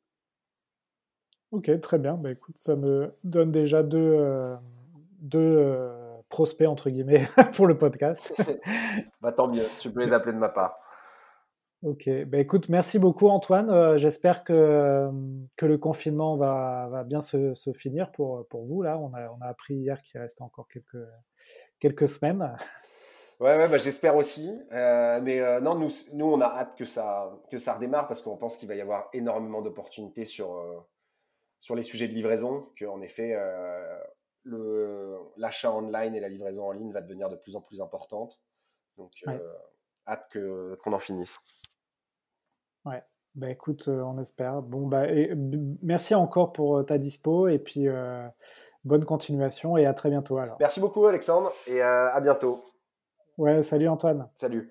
Ok, très bien. Bah, écoute, ça me donne déjà deux, euh, deux euh, prospects, entre guillemets, pour le podcast. Bah, tant mieux, tu peux les appeler de ma part. Ok, bah, écoute, merci beaucoup Antoine. Euh, j'espère que, que le confinement va, va bien se, se finir pour, pour vous. Là, on a, on a appris hier qu'il restait encore quelques, quelques semaines. Ouais, ouais bah, j'espère aussi. Euh, mais euh, non, nous, nous, on a hâte que ça, que ça redémarre parce qu'on pense qu'il va y avoir énormément d'opportunités sur, euh, sur les sujets de livraison, qu'en effet, euh, le, l'achat online et la livraison en ligne va devenir de plus en plus importante. Donc, euh, Ouais. hâte que, qu'on en finisse. Ouais, bah écoute, euh, on espère. Bon, bah, et, b- merci encore pour euh, ta dispo et puis euh, bonne continuation et à très bientôt alors. Merci beaucoup, Alexandre, et euh, à bientôt. Ouais, salut Antoine. Salut.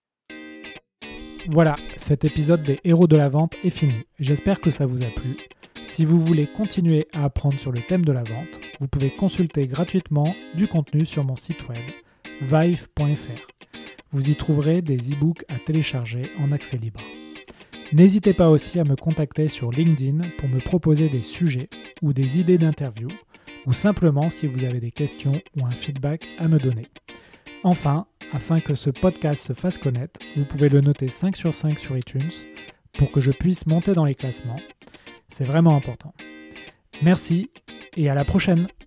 Voilà, cet épisode des Héros de la Vente est fini. J'espère que ça vous a plu. Si vous voulez continuer à apprendre sur le thème de la vente, vous pouvez consulter gratuitement du contenu sur mon site web vive point f r. Vous y trouverez des e-books à télécharger en accès libre. N'hésitez pas aussi à me contacter sur LinkedIn pour me proposer des sujets ou des idées d'interview, ou simplement si vous avez des questions ou un feedback à me donner. Enfin, afin que ce podcast se fasse connaître, vous pouvez le noter cinq sur cinq sur iTunes pour que je puisse monter dans les classements. C'est vraiment important. Merci et à la prochaine!